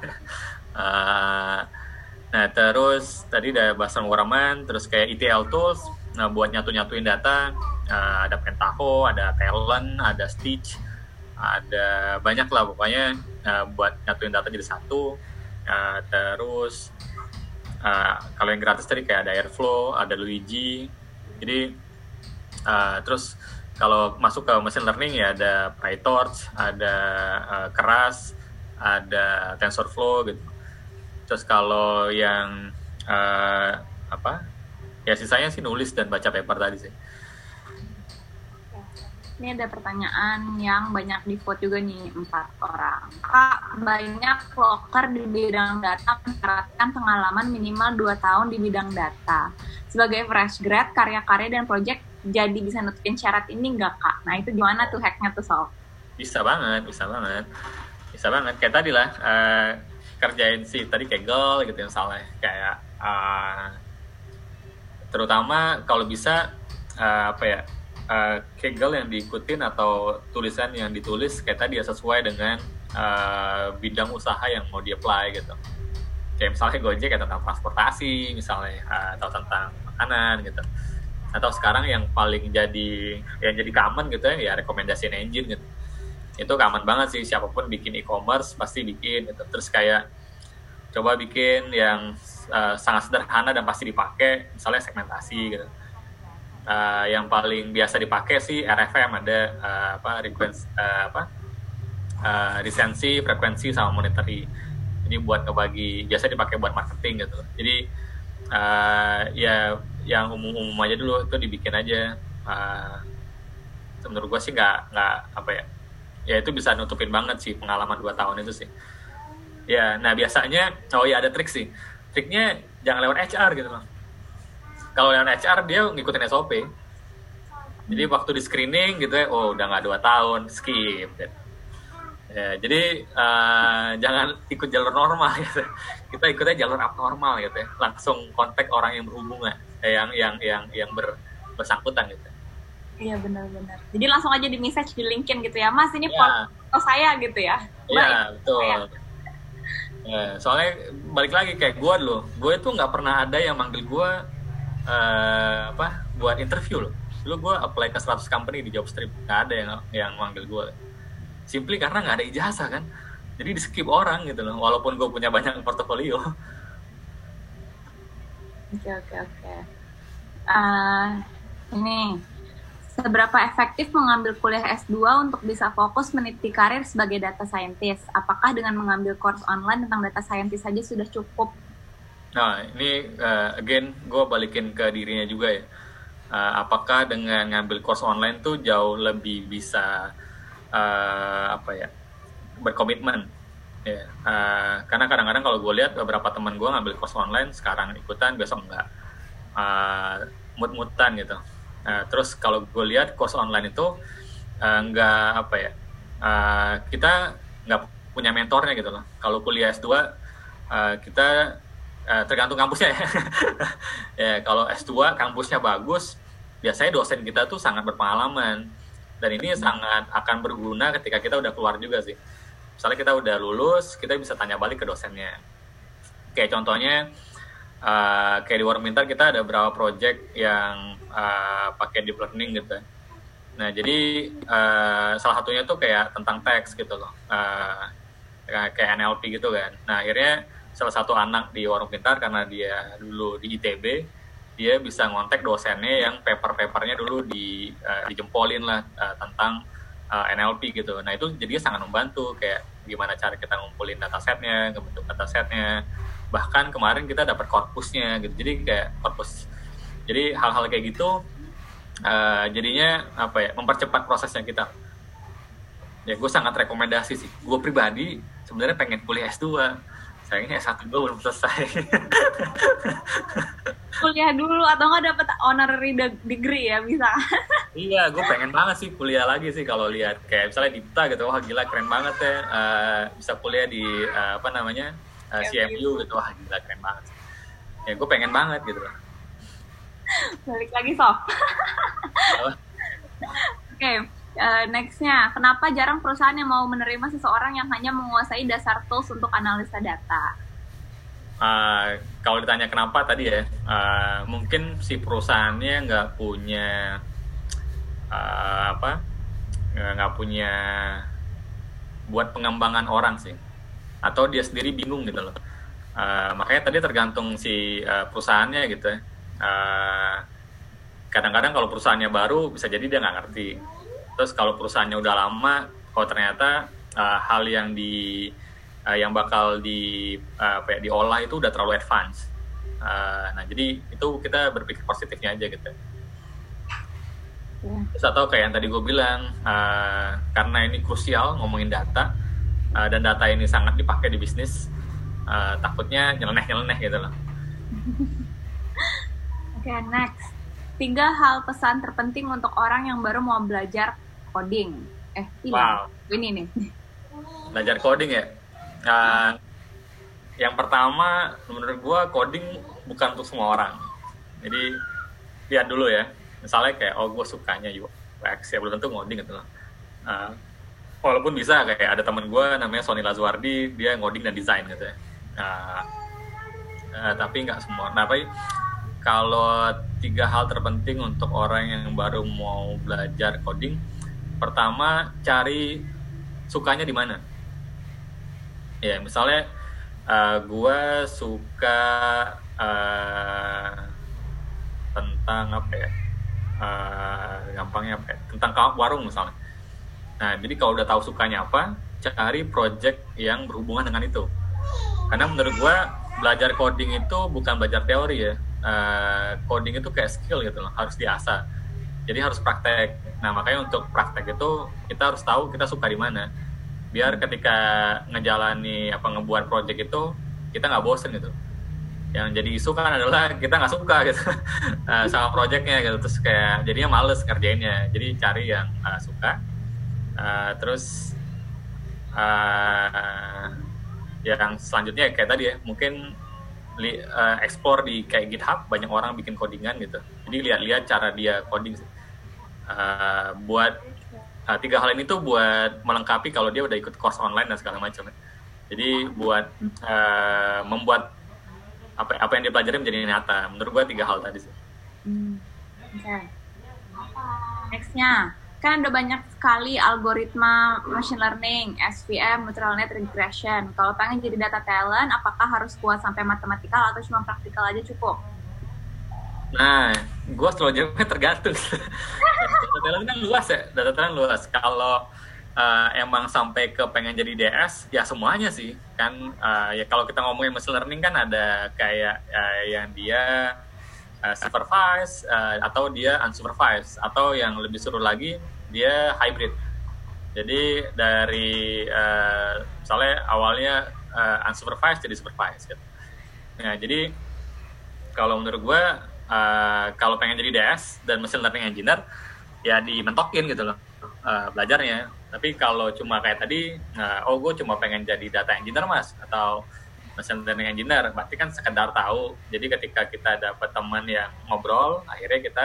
Nah terus tadi ada bahasa pemrograman, terus kayak ETL tools. Nah buat nyatuin data, ada Pentaho, ada Talent, ada Stitch, ada banyak lah pokoknya buat nyatuin data jadi satu. Terus kalau yang gratis tadi kayak ada Airflow, ada Luigi. Jadi terus kalau masuk ke machine learning ya ada PyTorch, ada Keras, ada TensorFlow gitu. Terus kalau yang ya sisanya sih nulis dan baca paper tadi sih. Ini ada pertanyaan yang banyak di vote juga nih, 4 orang. Kak, banyak vlogger di bidang data mensyaratkan pengalaman minimal 2 tahun di bidang data. Sebagai fresh grad, karya-karya dan project jadi bisa nutupin syarat ini nggak, Kak? Nah, itu gimana tuh hacknya tuh, Sol? Bisa banget. Kayak tadi lah, kerjain sih tadi Kaggle gitu misalnya. Kayak terutama kalau bisa Kaggle yang diikutin atau tulisan yang ditulis kayak tadi ya sesuai dengan bidang usaha yang mau di-apply gitu. Kayak misalnya Gojek ya tentang transportasi misalnya, atau tentang makanan gitu. Atau sekarang yang paling jadi common gitu ya recommendation engine gitu. Itu common banget sih, siapapun bikin e-commerce pasti bikin gitu. Terus kayak coba bikin yang sangat sederhana dan pasti dipakai, misalnya segmentasi gitu. Yang paling biasa dipakai sih RFM, ada recency, frekuensi sama monetary. Jadi buat ngebagi, biasa dipakai buat marketing gitu. Jadi ya yang umum-umum aja dulu itu dibikin aja. Menurut gue sih nggak ya itu bisa nutupin banget sih pengalaman 2 tahun itu sih. Ya, nah biasanya ada trik sih. Triknya jangan lewat HR gitu loh. Kalau yang HR dia ngikutin SOP. Jadi waktu di screening gitu ya, udah nggak 2 tahun, skip. Gitu. Ya, jadi jangan ikut jalur normal gitu. Kita ikutnya jalur abnormal gitu ya. Langsung kontak orang yang berhubungan, yang bersangkutan gitu. Iya benar-benar. Jadi langsung aja di message di LinkedIn gitu ya, Mas ini Ya, foto saya gitu ya. iya betul. Saya. Ya, soalnya balik lagi kayak gue dulu, gue itu nggak pernah ada yang manggil gue buat interview loh. Dulu gue apply ke 100 company di Jobstreet, nggak ada yang manggil gue. Simply karena nggak ada ijazah kan. Jadi di skip orang gitu loh, walaupun gue punya banyak portofolio. Oke. Ini seberapa efektif mengambil kuliah S2 untuk bisa fokus meniti karir sebagai data scientist? Apakah dengan mengambil course online tentang data scientist saja sudah cukup? Nah, ini again gue balikin ke dirinya juga ya. Apakah dengan ngambil course online tuh jauh lebih bisa berkomitmen? Ya, karena kadang-kadang kalau gue lihat beberapa teman gue ngambil course online, sekarang ikutan, besok enggak, mut-mutan gitu. Terus kalau gue lihat course online itu enggak kita nggak punya mentornya gitu loh. Kalau kuliah S2 kita tergantung kampusnya ya. Ya, kalau S2 kampusnya bagus, biasanya dosen kita tuh sangat berpengalaman, dan ini sangat akan berguna ketika kita udah keluar juga sih. Misalnya kita udah lulus, kita bisa tanya balik ke dosennya. Kayak contohnya kayak di Warung Pintar kita ada beberapa project yang pakai deep learning gitu. Nah, jadi salah satunya tuh kayak tentang teks gitu loh, kayak NLP gitu kan. Nah, akhirnya salah satu anak di Warung Pintar, karena dia dulu di ITB, dia bisa ngontek dosennya yang paper-papernya dulu dijempolin lah tentang NLP gitu. Nah, itu jadinya sangat membantu, kayak gimana cara kita ngumpulin datasetnya, ngebentuk datasetnya. Bahkan kemarin kita dapat korpusnya gitu. Jadi kayak korpus. Jadi hal-hal kayak gitu jadinya mempercepat prosesnya kita. Ya, gue sangat rekomendasi sih. Gue pribadi sebenarnya pengen kuliah S2. Sayangnya S1 gue belum selesai. Kuliah dulu atau nggak dapat honorary degree ya bisa. Iya, gue pengen banget sih kuliah lagi sih kalau lihat kayak misalnya Dipta gitu, wah gila keren banget ya, bisa kuliah di CMU gitu, wah gila keren banget. Ya gue pengen banget gitu loh. Balik lagi Sof. Oke. Nextnya, kenapa jarang perusahaan yang mau menerima seseorang yang hanya menguasai dasar tools untuk analisa data? Kalau ditanya kenapa tadi ya, mungkin si perusahaannya nggak punya nggak punya buat pengembangan orang sih, atau dia sendiri bingung gitu loh. Makanya tadi tergantung si perusahaannya gitu ya. Kadang-kadang kalau perusahaannya baru bisa jadi dia nggak ngerti. Terus kalau perusahaannya udah lama, kalau ternyata hal yang yang bakal diolah itu udah terlalu advance. Nah, jadi itu kita berpikir positifnya aja gitu. Terus atau kayak yang tadi gue bilang, karena ini krusial ngomongin data, dan data ini sangat dipakai di bisnis, takutnya nyeleneh gitu loh. Oke, next. 3 hal pesan terpenting untuk orang yang baru mau belajar coding. Wow. Ini nih. Belajar coding ya. Yang pertama, menurut gue coding bukan untuk semua orang. Jadi lihat dulu ya. Misalnya kayak, gue sukanya UX ya, belum tentu ngoding gitu loh. Walaupun bisa, kayak ada temen gue namanya Sony Lazuardi, dia ngoding dan desain gitu ya. Tapi nggak semua. Nah, kalau 3 hal terpenting untuk orang yang baru mau belajar coding, pertama, cari sukanya di mana. Ya, misalnya gue suka tentang tentang warung misalnya. Nah, jadi kalau udah tahu sukanya apa, cari project yang berhubungan dengan itu. Karena menurut gue belajar coding itu bukan belajar teori ya. Coding itu kayak skill gitu loh, harus diasah. Jadi harus praktek. Nah, makanya untuk praktek itu kita harus tahu kita suka di mana. Biar ketika ngebuat project itu kita nggak bosen gitu. Yang jadi isu kan adalah kita nggak suka gitu sama projectnya gitu, terus kayak jadinya males kerjainnya. Jadi cari yang suka. Terus yang selanjutnya kayak tadi ya, mungkin explore di kayak GitHub, banyak orang bikin codingan gitu. Jadi lihat-lihat cara dia coding sih. buat 3 hal ini tuh buat melengkapi kalau dia udah ikut course online dan segala macam. Jadi buat membuat apa yang dia pelajari menjadi nyata. Menurut gue 3 hal tadi sih. Okay. Nextnya, kan ada banyak sekali algoritma machine learning, SVM, neural net regression. Kalau pengen jadi data talent, apakah harus kuat sampai matematikal atau cuma praktikal aja cukup? Nah, gue selalu jawabnya tergantung. Data talent kan luas ya, data talent luas. Kalau emang sampai ke pengen jadi DS, ya semuanya sih. Kan ya kalau kita ngomongin machine learning kan ada kayak yang dia supervised atau dia unsupervised, atau yang lebih seru lagi dia hybrid. Jadi dari misalnya awalnya unsupervised jadi supervised gitu. Nah, jadi kalau menurut gue kalau pengen jadi DS dan machine learning engineer ya dimentokin gitu loh belajarnya. Tapi kalau cuma kayak tadi gue cuma pengen jadi data engineer mas atau machine learning engineer, berarti kan sekedar tahu. Jadi ketika kita dapat teman yang ngobrol, akhirnya kita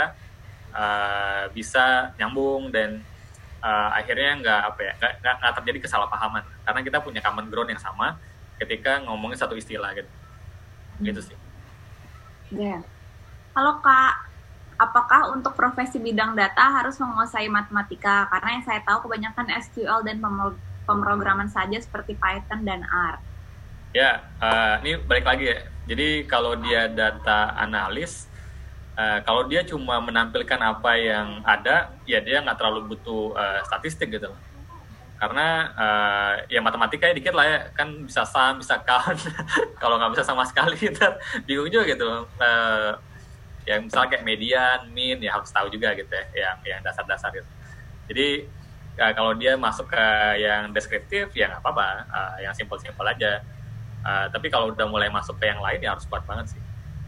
bisa nyambung dan akhirnya nggak terjadi kesalahpahaman karena kita punya common ground yang sama ketika ngomongin satu istilah gitu. Gitu sih. Ya. Halo Kak, apakah untuk profesi bidang data harus menguasai matematika? Karena yang saya tahu kebanyakan SQL dan pemrograman saja seperti Python dan R. Ya, ini balik lagi ya. Jadi kalau dia data analis, kalau dia cuma menampilkan apa yang ada, ya dia nggak terlalu butuh statistik gitu. Karena ya matematika ya dikit lah ya, kan bisa sum, bisa count. Kalau nggak bisa sama sekali, ntar bingung juga gitu. Yang misalnya kayak median, mean, ya harus tahu juga gitu ya, yang dasar-dasar gitu. Jadi kalau dia masuk ke yang deskriptif, ya nggak apa-apa, yang simpel-simpel aja. Tapi kalau udah mulai masuk ke yang lain ya harus kuat banget sih.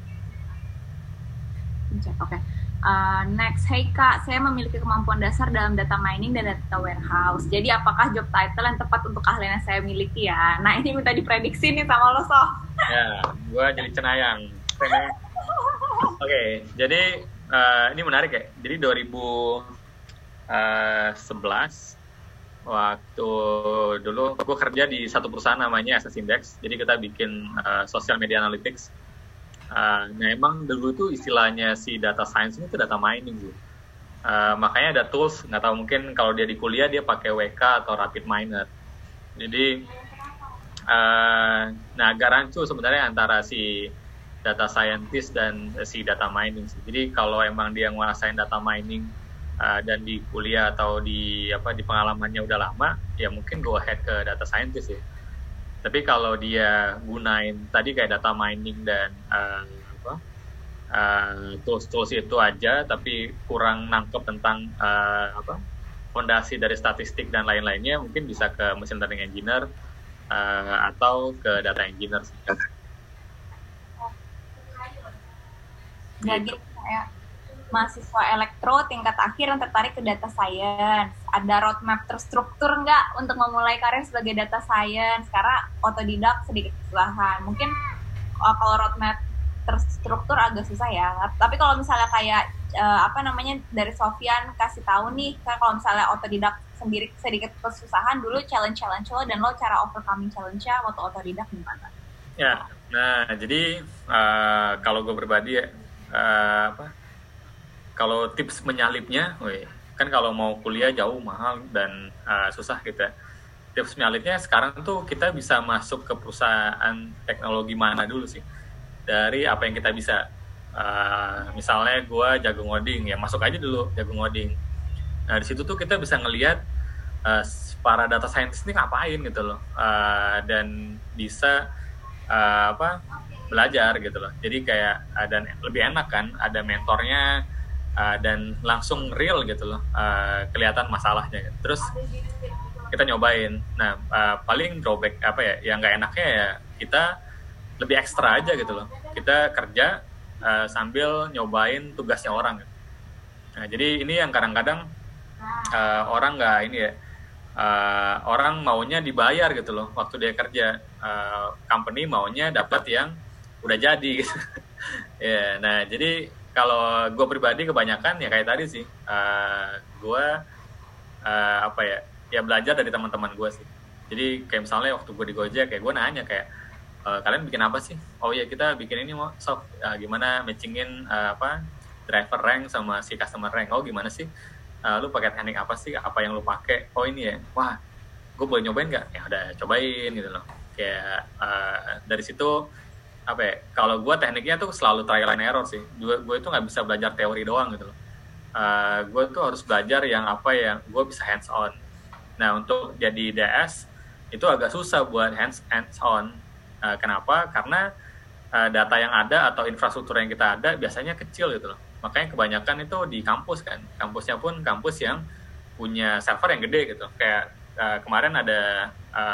Oke. Next, hey Kak, saya memiliki kemampuan dasar dalam data mining dan data warehouse. Jadi apakah job title yang tepat untuk keahlian yang saya miliki ya? Nah ini minta diprediksi nih sama lo Sof. Ya, gue jadi cenayang. Oke, jadi ini menarik ya. Jadi 2011 waktu dulu gue kerja di satu perusahaan namanya SS Index. Jadi kita bikin social media analytics. Nah emang dulu tuh istilahnya si data science ini tuh data mining gitu. Makanya ada tools, nggak tahu mungkin kalau dia di kuliah dia pakai WK atau Rapid Miner. Jadi agak rancu sebenarnya antara si data scientist dan si data mining sih. Jadi kalau emang dia nguasain data mining dan di kuliah atau di pengalamannya udah lama, ya mungkin go ahead ke data scientist ya. Tapi kalau dia gunain tadi kayak data mining dan tools itu aja, tapi kurang nangkep tentang fondasi dari statistik dan lain-lainnya, mungkin bisa ke machine learning engineer atau ke data engineer sih. Jadi saya mahasiswa elektro tingkat akhir yang tertarik ke data science. Ada roadmap terstruktur nggak untuk memulai karir sebagai data science? Karena otodidak sedikit kesusahan. Mungkin kalau roadmap terstruktur agak susah ya. Tapi kalau misalnya kayak dari Sofyan kasih tahu nih, kalau misalnya otodidak sendiri sedikit kesusahan, dulu challenge lo dan lo cara overcoming challenge-nya waktu otodidak gimana? Ya, nah jadi kalau gue pribadi ya, kalau tips menyalipnya, kan kalau mau kuliah jauh mahal dan susah gitu ya. Tips menyalipnya sekarang tuh kita bisa masuk ke perusahaan teknologi mana dulu sih, dari apa yang kita bisa. Misalnya gue jago ngoding, ya masuk aja dulu jago ngoding. Nah di situ tuh kita bisa ngelihat para data scientist ini ngapain gitu loh, dan bisa belajar gitu loh. Jadi kayak dan lebih enak kan, ada mentornya dan langsung real gitu loh, kelihatan masalahnya. Terus kita nyobain. Nah paling drawback yang nggak enaknya ya kita lebih ekstra aja gitu loh. Kita kerja sambil nyobain tugasnya orang. Nah jadi ini yang kadang-kadang orang nggak ini ya. Orang maunya dibayar gitu loh waktu dia kerja. Company maunya dapat yang udah jadi gitu. Ya, nah jadi kalau gue pribadi kebanyakan ya kayak tadi sih, gue apa ya, ya belajar dari teman-teman gue sih. Jadi kayak misalnya waktu gue di Gojek, kayak gue nanya kayak, kalian bikin apa sih? Oh ya kita bikin ini mau soft, gimana matchingin apa driver rank sama si customer rank. Oh gimana sih? Lu pakai teknik apa sih? Apa yang lu pakai? Oh ini ya. Wah, gue boleh nyobain nggak? Ya udah cobain gitu loh. Kayak dari situ apa ya? Kalau gue tekniknya tuh selalu trial and error sih. Gue itu nggak bisa belajar teori doang gitu loh. Gue tuh harus belajar yang apa yang gue bisa hands on. Nah untuk jadi DS itu agak susah buat hands on. Kenapa? Karena data yang ada atau infrastruktur yang kita ada biasanya kecil gitu loh. Makanya kebanyakan itu di kampus kan. Kampusnya pun kampus yang punya server yang gede gitu. Kayak kemarin ada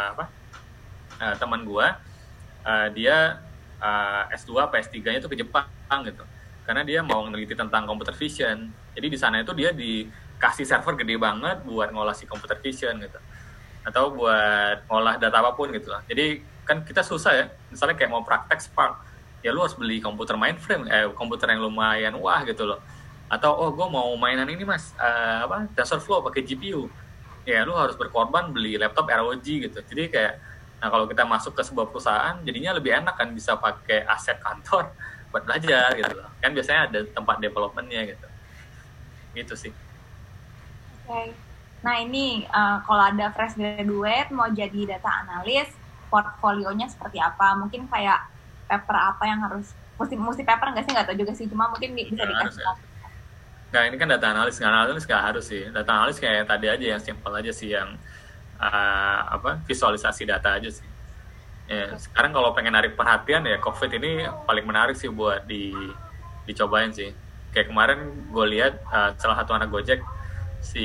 teman gue, dia S2 apa S3-nya itu ke Jepang gitu. Karena dia mau meneliti tentang computer vision. Jadi di sana itu dia dikasih server gede banget buat ngolah si computer vision gitu. Atau buat ngolah data apapun gitu lah. Jadi kan kita susah ya. Misalnya kayak mau praktek Spark, ya lu harus beli komputer mainframe, komputer yang lumayan wah gitu loh. Atau gue mau mainan ini mas, TensorFlow pakai GPU. Ya lu harus berkorban beli laptop ROG gitu. Jadi kayak, nah kalau kita masuk ke sebuah perusahaan, jadinya lebih enak kan bisa pakai aset kantor buat belajar gitu loh. Kan biasanya ada tempat development-nya gitu. Gitu sih. Oke. Nah ini kalau ada fresh graduate mau jadi data analis, portfolionya seperti apa? Mungkin kayak paper apa yang harus, mesti paper nggak sih? Nggak tahu juga sih, cuma mungkin bisa dikasih tahu. Nah ini kan data analis nggak harus sih. Data analis kayak tadi aja yang simple aja sih, yang visualisasi data aja sih. Ya, sekarang kalau pengen narik perhatian ya COVID ini paling menarik sih buat dicobain sih. Kayak kemarin gue lihat salah satu anak Gojek, si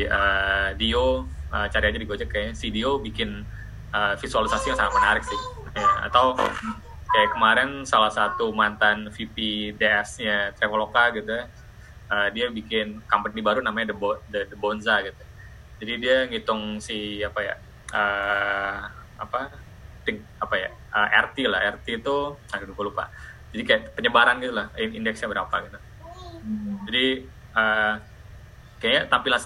Dio, cari aja di Gojek kayaknya, si Dio bikin visualisasi yang sangat menarik sih. Ya, atau kayak kemarin salah satu mantan VP DS-nya Traveloka gitu ya, dia bikin company baru namanya The Bonza gitu. Jadi dia ngitung si RT lah. RT itu gue lupa. Jadi kayak penyebaran gitu lah, indeksnya berapa gitu. Jadi kayaknya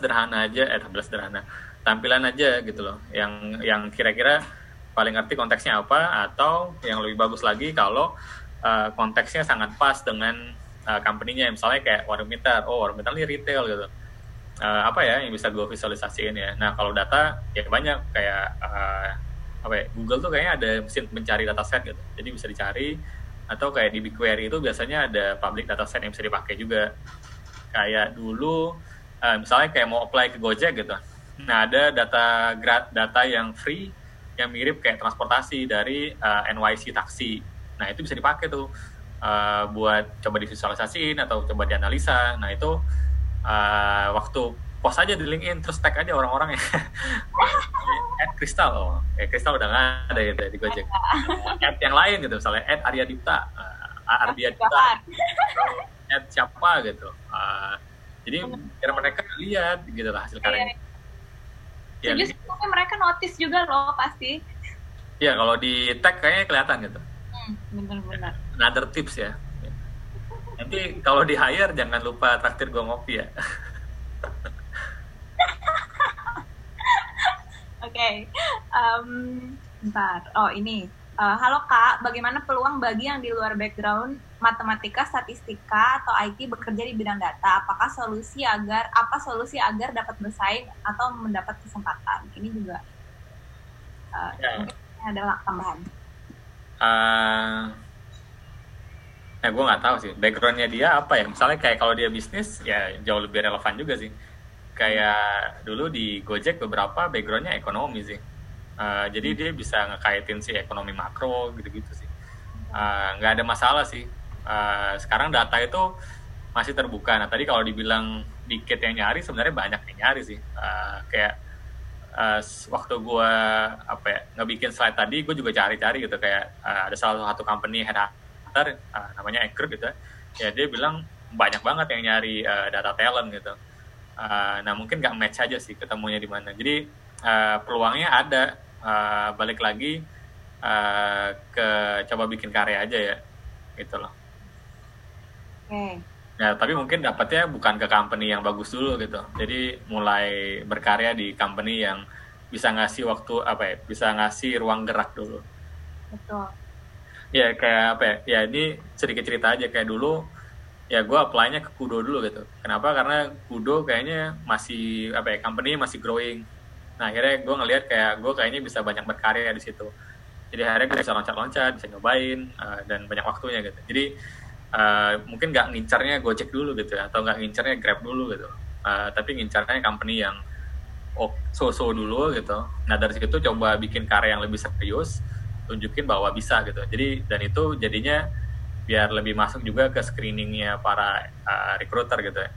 tampilan aja gitu loh, yang kira-kira paling ngerti konteksnya apa, atau yang lebih bagus lagi kalau konteksnya sangat pas dengan company-nya. Misalnya kayak warung pintar, warung pintar ini retail gitu. Apa ya yang bisa gue visualisasiin ya. Nah kalau data ya banyak, kayak Google tuh kayaknya ada mesin mencari dataset gitu, jadi bisa dicari. Atau kayak di BigQuery itu biasanya ada public dataset yang bisa dipakai juga. Kayak dulu misalnya kayak mau apply ke Gojek gitu, nah ada data yang free yang mirip kayak transportasi dari NYC taksi. Nah itu bisa dipakai tuh buat coba divisualisasiin atau coba dianalisa. Nah itu waktu post aja di LinkedIn, terus tag aja orang-orang ya. @Kristal, Kristal udah nggak ada gitu di Gojek. Yang lain gitu, misalnya @Aryadipta, siapa gitu. Jadi biar mereka lihat gitu lah hasil karyanya. Ya, tapi mereka notice juga loh pasti. Iya, kalau di tag kayaknya kelihatan gitu. Benar-benar. Another tips ya. Nanti kalau di hire jangan lupa traktir gue ngopi ya. Oke. Bentar. Oh ini. Halo Kak, bagaimana peluang bagi yang di luar background matematika, statistika, atau IT bekerja di bidang data? Apa solusi agar dapat bersaing atau mendapat kesempatan? Ini juga adalah tambahan. Gue nggak tahu sih backgroundnya dia apa ya. Misalnya kayak kalau dia bisnis ya jauh lebih relevan juga sih. Kayak dulu di Gojek beberapa backgroundnya ekonomi sih. Jadi dia bisa ngekaitin si ekonomi makro gitu-gitu sih. Nggak ada masalah sih. Sekarang data itu masih terbuka. Nah tadi kalau dibilang dikit yang nyari, sebenarnya banyak yang nyari sih. Kayak waktu gue ngebikin slide tadi, gue juga cari-cari gitu. Kayak ada salah satu company headhunter namanya Anchor gitu ya. Dia bilang banyak banget yang nyari data talent gitu. Nah mungkin nggak match aja sih ketemunya di mana. Jadi peluangnya ada. Balik lagi ke coba bikin karya aja ya gitu loh. Oke. Ya, tapi mungkin dapatnya bukan ke company yang bagus dulu gitu. Jadi mulai berkarya di company yang bisa ngasih waktu apa ya, bisa ngasih ruang gerak dulu. Betul. Ya kayak apa ya? Ya ini sedikit cerita aja kayak dulu ya gue apply-nya ke Kudo dulu gitu. Kenapa? Karena Kudo kayaknya masih apa ya, company masih growing. Nah, akhirnya gue ngelihat kayak gue kayaknya bisa banyak berkarya di situ. Jadi akhirnya gue bisa loncat-loncat, bisa nyobain dan banyak waktunya gitu. Jadi mungkin nggak ngincarnya Gojek dulu gitu ya, atau nggak ngincarnya Grab dulu gitu. Tapi ngincarnya company yang so-so dulu gitu. Nah dari situ coba bikin karya yang lebih serius, tunjukin bahwa bisa gitu. Jadi dan itu jadinya biar lebih masuk juga ke screeningnya para recruiter gitu ya.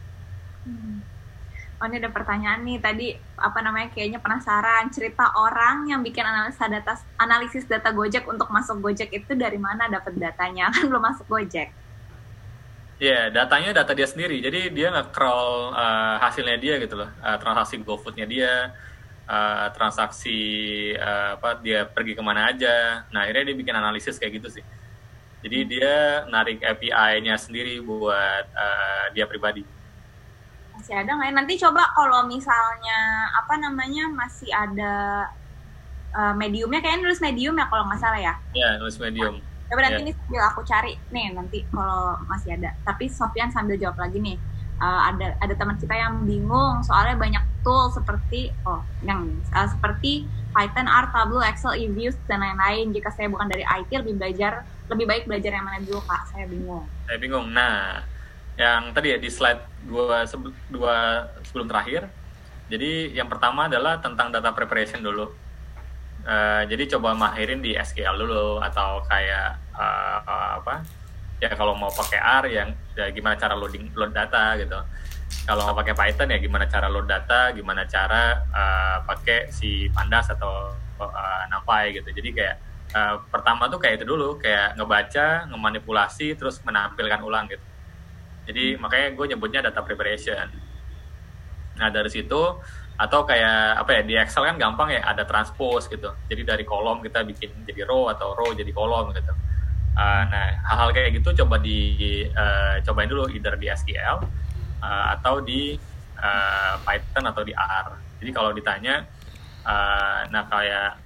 Oh, ini ada pertanyaan nih tadi, apa namanya, kayaknya penasaran, cerita orang yang bikin analisis data Gojek untuk masuk Gojek itu dari mana dapat datanya? Kan belum masuk Gojek. Iya, datanya data dia sendiri. Jadi dia nge-crawl hasilnya dia gitu loh. Transaksi GoFood-nya dia, transaksi apa dia pergi kemana aja. Nah, akhirnya dia bikin analisis kayak gitu sih. Jadi dia narik API-nya sendiri buat dia pribadi. Masih ada nggak ya? Nanti coba kalau misalnya apa namanya masih ada mediumnya, kayaknya nulis medium ya kalau nggak salah ya. Ya, nulis medium. Coba nanti ini sambil aku cari nih nanti kalau masih ada. Tapi Sofyan sambil jawab lagi nih. Ada teman kita yang bingung soalnya banyak tool seperti seperti Python, R, Tableau, Excel, eViews dan lain-lain. Jika saya bukan dari IT, lebih baik belajar yang mana dulu, Kak? Saya bingung. Nah, yang tadi ya di slide dua sebelum terakhir. Jadi yang pertama adalah tentang data preparation dulu. Jadi coba mahirin di SQL dulu atau kayak apa? Ya kalau mau pakai R yang ya gimana cara load data gitu. Kalau mau pakai Python ya gimana cara load data, gimana cara pakai si Pandas atau NumPy gitu. Jadi kayak pertama tuh kayak itu dulu, kayak ngebaca, ngemanipulasi, terus menampilkan ulang gitu. Jadi makanya gue nyebutnya data preparation. Nah dari situ atau kayak apa ya, di Excel kan gampang ya, ada transpose gitu. Jadi dari kolom kita bikin jadi row atau row jadi kolom gitu. Nah hal-hal kayak gitu coba cobain dulu either di SQL atau di Python atau di R. Jadi kalau ditanya nah kayak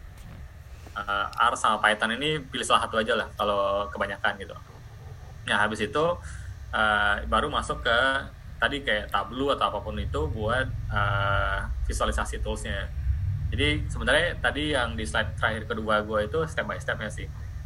R sama Python ini pilih salah satu aja lah kalau kebanyakan gitu. Nah habis itu baru masuk ke tadi kayak Tableau atau apapun itu buat visualisasi toolsnya. Jadi sebenarnya tadi yang di slide terakhir kedua gue itu step by stepnya sih.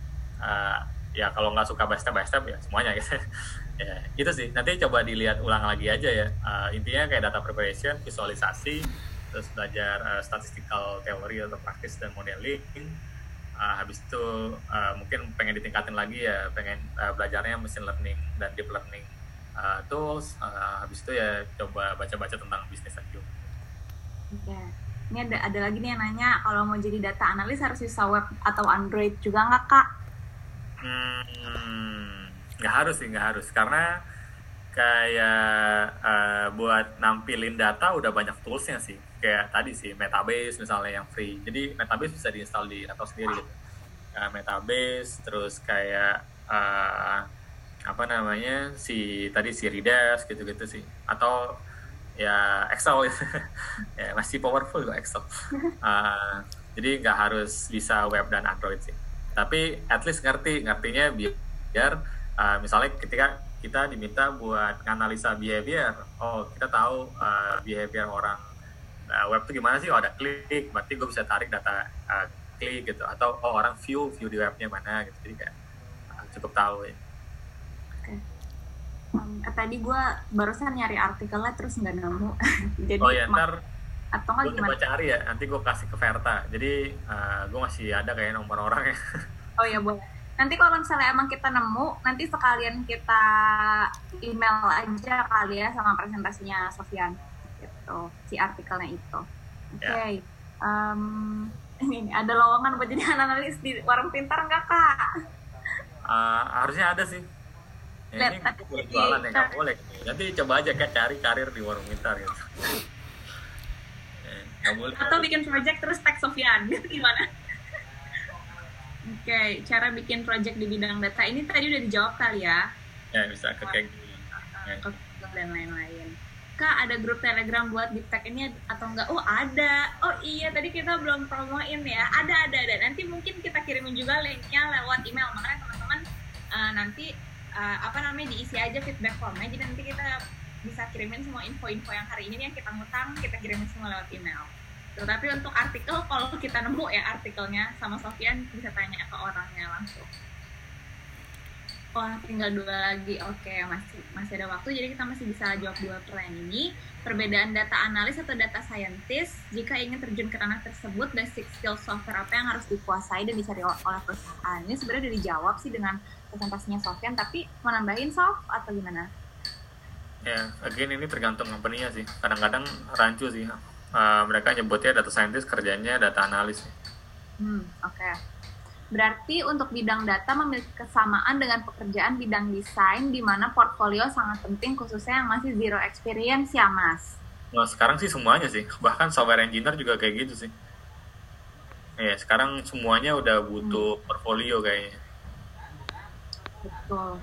Ya kalau nggak suka by step ya semuanya gitu. Ya itu sih. Nanti coba dilihat ulang lagi aja ya. Intinya kayak data preparation, visualisasi, terus belajar statistical theory atau practice dan modeling. Habis itu mungkin pengen ditingkatin lagi ya, pengen belajarnya machine learning dan deep learning tools. Habis itu ya coba baca-baca tentang bisnis aja. Oke. Ini ada lagi nih yang nanya, kalau mau jadi data analis harus bisa web atau Android juga nggak, Kak? Nggak harus karena kayak buat nampilin data udah banyak toolsnya sih. Kayak tadi sih Metabase misalnya yang free. Jadi Metabase bisa diinstal di laptop sendiri gitu. Metabase, terus kayak apa namanya si Redash gitu-gitu sih. Atau ya Excel ya masih powerful kok Excel. Jadi nggak harus bisa web dan Android sih. Tapi at least ngertinya biar misalnya ketika kita diminta buat analisa behavior, kita tahu behavior orang web itu gimana sih? Ada klik, berarti gue bisa tarik data klik gitu, atau orang view di webnya mana gitu. Jadi kayak cukup tahu ya. Tadi gue barusan nyari artikelnya terus nggak nemu. Jadi ntar atau nggak gue coba cari ya, nanti gue kasih ke Verta. Jadi gue masih ada kayak nomor orangnya. Oh ya boleh. Nanti kalau misalnya emang kita nemu, nanti sekalian kita email aja kali ya sama presentasinya Sofyan gitu, si artikelnya itu. Oke. Ini ada lowongan buat jadi analis di Warung Pintar nggak, Kak? Harusnya ada sih. Ya, ini boleh jualan ya, nggak boleh. Nanti coba aja kan cari karir di Warung Pintar gitu. Atau bikin project terus tag Sofyan, gimana? Oke, cara bikin project di bidang data ini tadi udah dijawab kali ya? Ya bisa ke kayak gini. Ya. ke Google dan lain-lain. Kak, ada grup Telegram buat Deep Tech ini atau enggak? Oh, ada. Oh iya, tadi kita belum promoin ya. Ada. Nanti mungkin kita kirimin juga linknya lewat email. Makanya teman-teman nanti diisi aja feedback formnya. Jadi nanti kita bisa kirimin semua info-info yang hari ini yang kita ngutang, kita kirimin semua lewat email. Tapi untuk artikel, kalau kita nemu ya artikelnya sama Sofyan, bisa tanya ke orangnya langsung. Oh, tinggal 2 lagi. Oke, masih ada waktu, jadi kita masih bisa jawab 2 pertanyaan ini. Perbedaan data analis atau data scientist, jika ingin terjun ke ranah tersebut, basic skill software apa yang harus dikuasai dan dicari oleh perusahaan? Ini sebenarnya udah dijawab sih dengan presentasinya Sofyan, tapi mau nambahin Sof atau gimana? Ya, again ini tergantung company-nya sih. Kadang-kadang rancu sih. Mereka nyebutnya data scientist, kerjanya data analis. Oke. Berarti untuk bidang data memiliki kesamaan dengan pekerjaan bidang desain, di mana portfolio sangat penting, khususnya yang masih zero experience ya, Mas? Nah, sekarang sih semuanya sih. Bahkan software engineer juga kayak gitu sih. Ya, sekarang semuanya udah butuh portfolio kayaknya. Betul.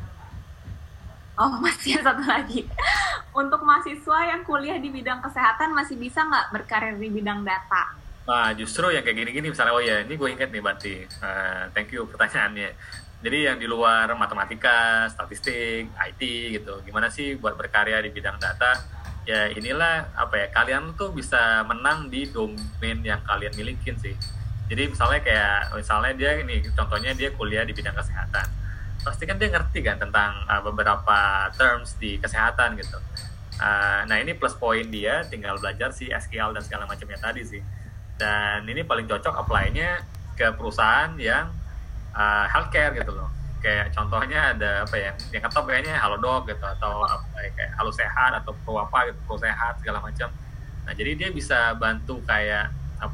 Oh, masih ada satu lagi. Untuk mahasiswa yang kuliah di bidang kesehatan, masih bisa nggak berkarir di bidang data? Nah, justru yang kayak gini-gini misalnya, oh ya, ini gue ingat nih berarti. Thank you pertanyaannya. Jadi yang di luar matematika, statistik, IT gitu, gimana sih buat berkarya di bidang data? Ya inilah kalian tuh bisa menang di domain yang kalian milikin sih. Jadi misalnya dia ini, contohnya dia kuliah di bidang kesehatan. Pasti kan dia ngerti kan tentang beberapa terms di kesehatan gitu. Nah ini plus poin dia, tinggal belajar si SQL dan segala macamnya tadi sih. Dan ini paling cocok apply-nya ke perusahaan yang healthcare gitu loh. Kayak contohnya ada yang ketop kayaknya Halodoc gitu, atau kayak Halo Sehat atau Pro gitu, Pro Sehat segala macam. Nah jadi dia bisa bantu kayak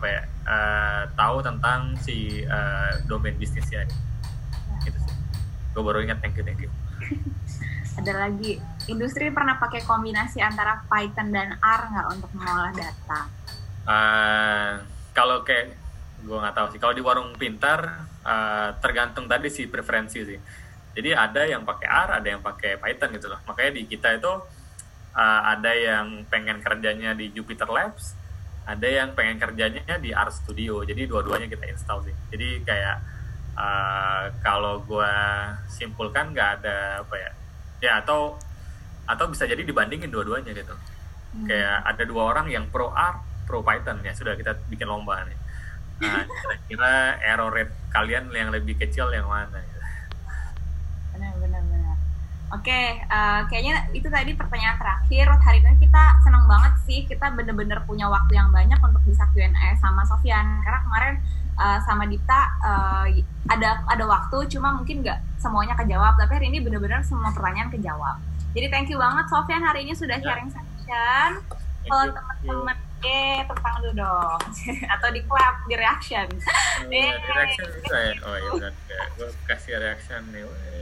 tahu tentang si domain bisnisnya gitu sih. Gue baru ingat, thank you. Ada lagi, industri pernah pakai kombinasi antara Python dan R nggak untuk mengolah data? Kalau kayak gue nggak tahu sih. Kalau di warung pintar tergantung tadi sih preferensi sih. Jadi ada yang pakai R, ada yang pakai Python gitu loh. Makanya di kita itu ada yang pengen kerjanya di Jupyter Labs, ada yang pengen kerjanya di R Studio. Jadi dua-duanya kita install sih. Jadi kayak kalau gue simpulkan nggak ada atau bisa jadi dibandingin dua-duanya gitu. Kayak ada 2 orang yang pro R, pro Python, ya sudah kita bikin lomba nih. Kira-kira error rate kalian yang lebih kecil yang mana? Benar. Oke, kayaknya itu tadi pertanyaan terakhir. Hari ini kita senang banget sih, kita bener-bener punya waktu yang banyak untuk bisa Q&A sama Sofyan. Karena kemarin sama Dita ada waktu, cuma mungkin nggak semuanya kejawab. Tapi hari ini bener-bener semua pertanyaan kejawab. Jadi thank you banget Sofyan hari ini sudah sharing session. Kalau teman-teman tentang dulu dong. Atau di clap, di reaction. Di reaction bisa ya? Oh iya benar. Gue kasih reaction nih.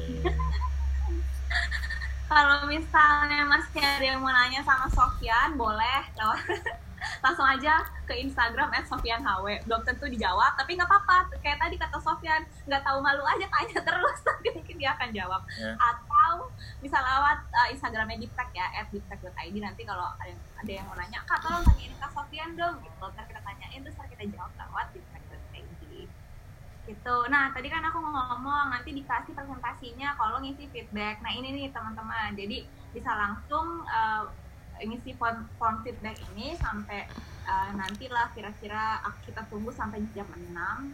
Kalau misalnya masih ada yang mau nanya sama Sofyan, boleh langsung aja ke Instagram @sofyanhw. Belum tentu dijawab, tapi nggak apa-apa. Kayak tadi kata Sofyan, nggak tahu malu aja tanya terus, tapi mungkin dia akan jawab. Yeah. Atau bisa lewat Instagramnya Deeptech ya, @deeptech.id. Nanti kalau ada yang mau nanya, Kak tolong tanyain ke Sofyan dong, gitu. Ntar kita tanyain, terus ntar kita jawab lewat deeptech.id. Gitu. Nah, tadi kan aku ngomong nanti dikasih presentasinya kalau ngisi feedback. Nah, ini nih teman-teman. Jadi bisa langsung ngisi form feedback ini sampai nantilah kira-kira kita tunggu sampai jam 6.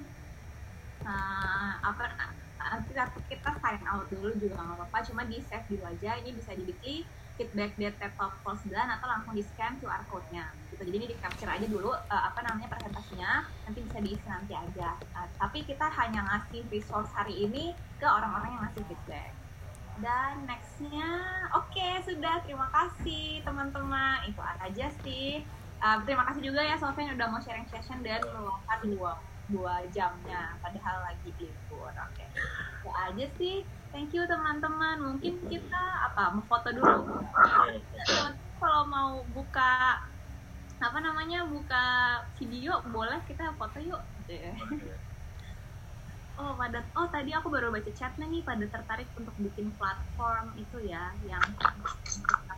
Nanti kita sign out dulu juga nggak apa-apa, cuma di save dulu aja. Ini bisa diketik feedback di tab Talk 9 atau langsung di scan QR code-nya gitu. Jadi ini di capture aja dulu presentasinya, nanti bisa diisi nanti aja. Tapi kita hanya ngasih resource hari ini ke orang-orang yang ngasih feedback. Dan nextnya, oke, sudah, terima kasih teman-teman, itu aja sih. Terima kasih juga ya Sofyan udah mau sharing session dan meluangkan 2 jamnya padahal lagi libur. Oke, itu aja sih. Thank you teman-teman. Mungkin kita mau foto dulu. Kalau mau buka buka video boleh, kita foto yuk. Tadi aku baru baca chatnya nih, pada tertarik untuk bikin platform itu ya yang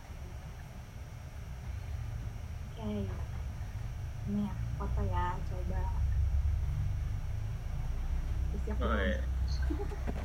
Oh, iya.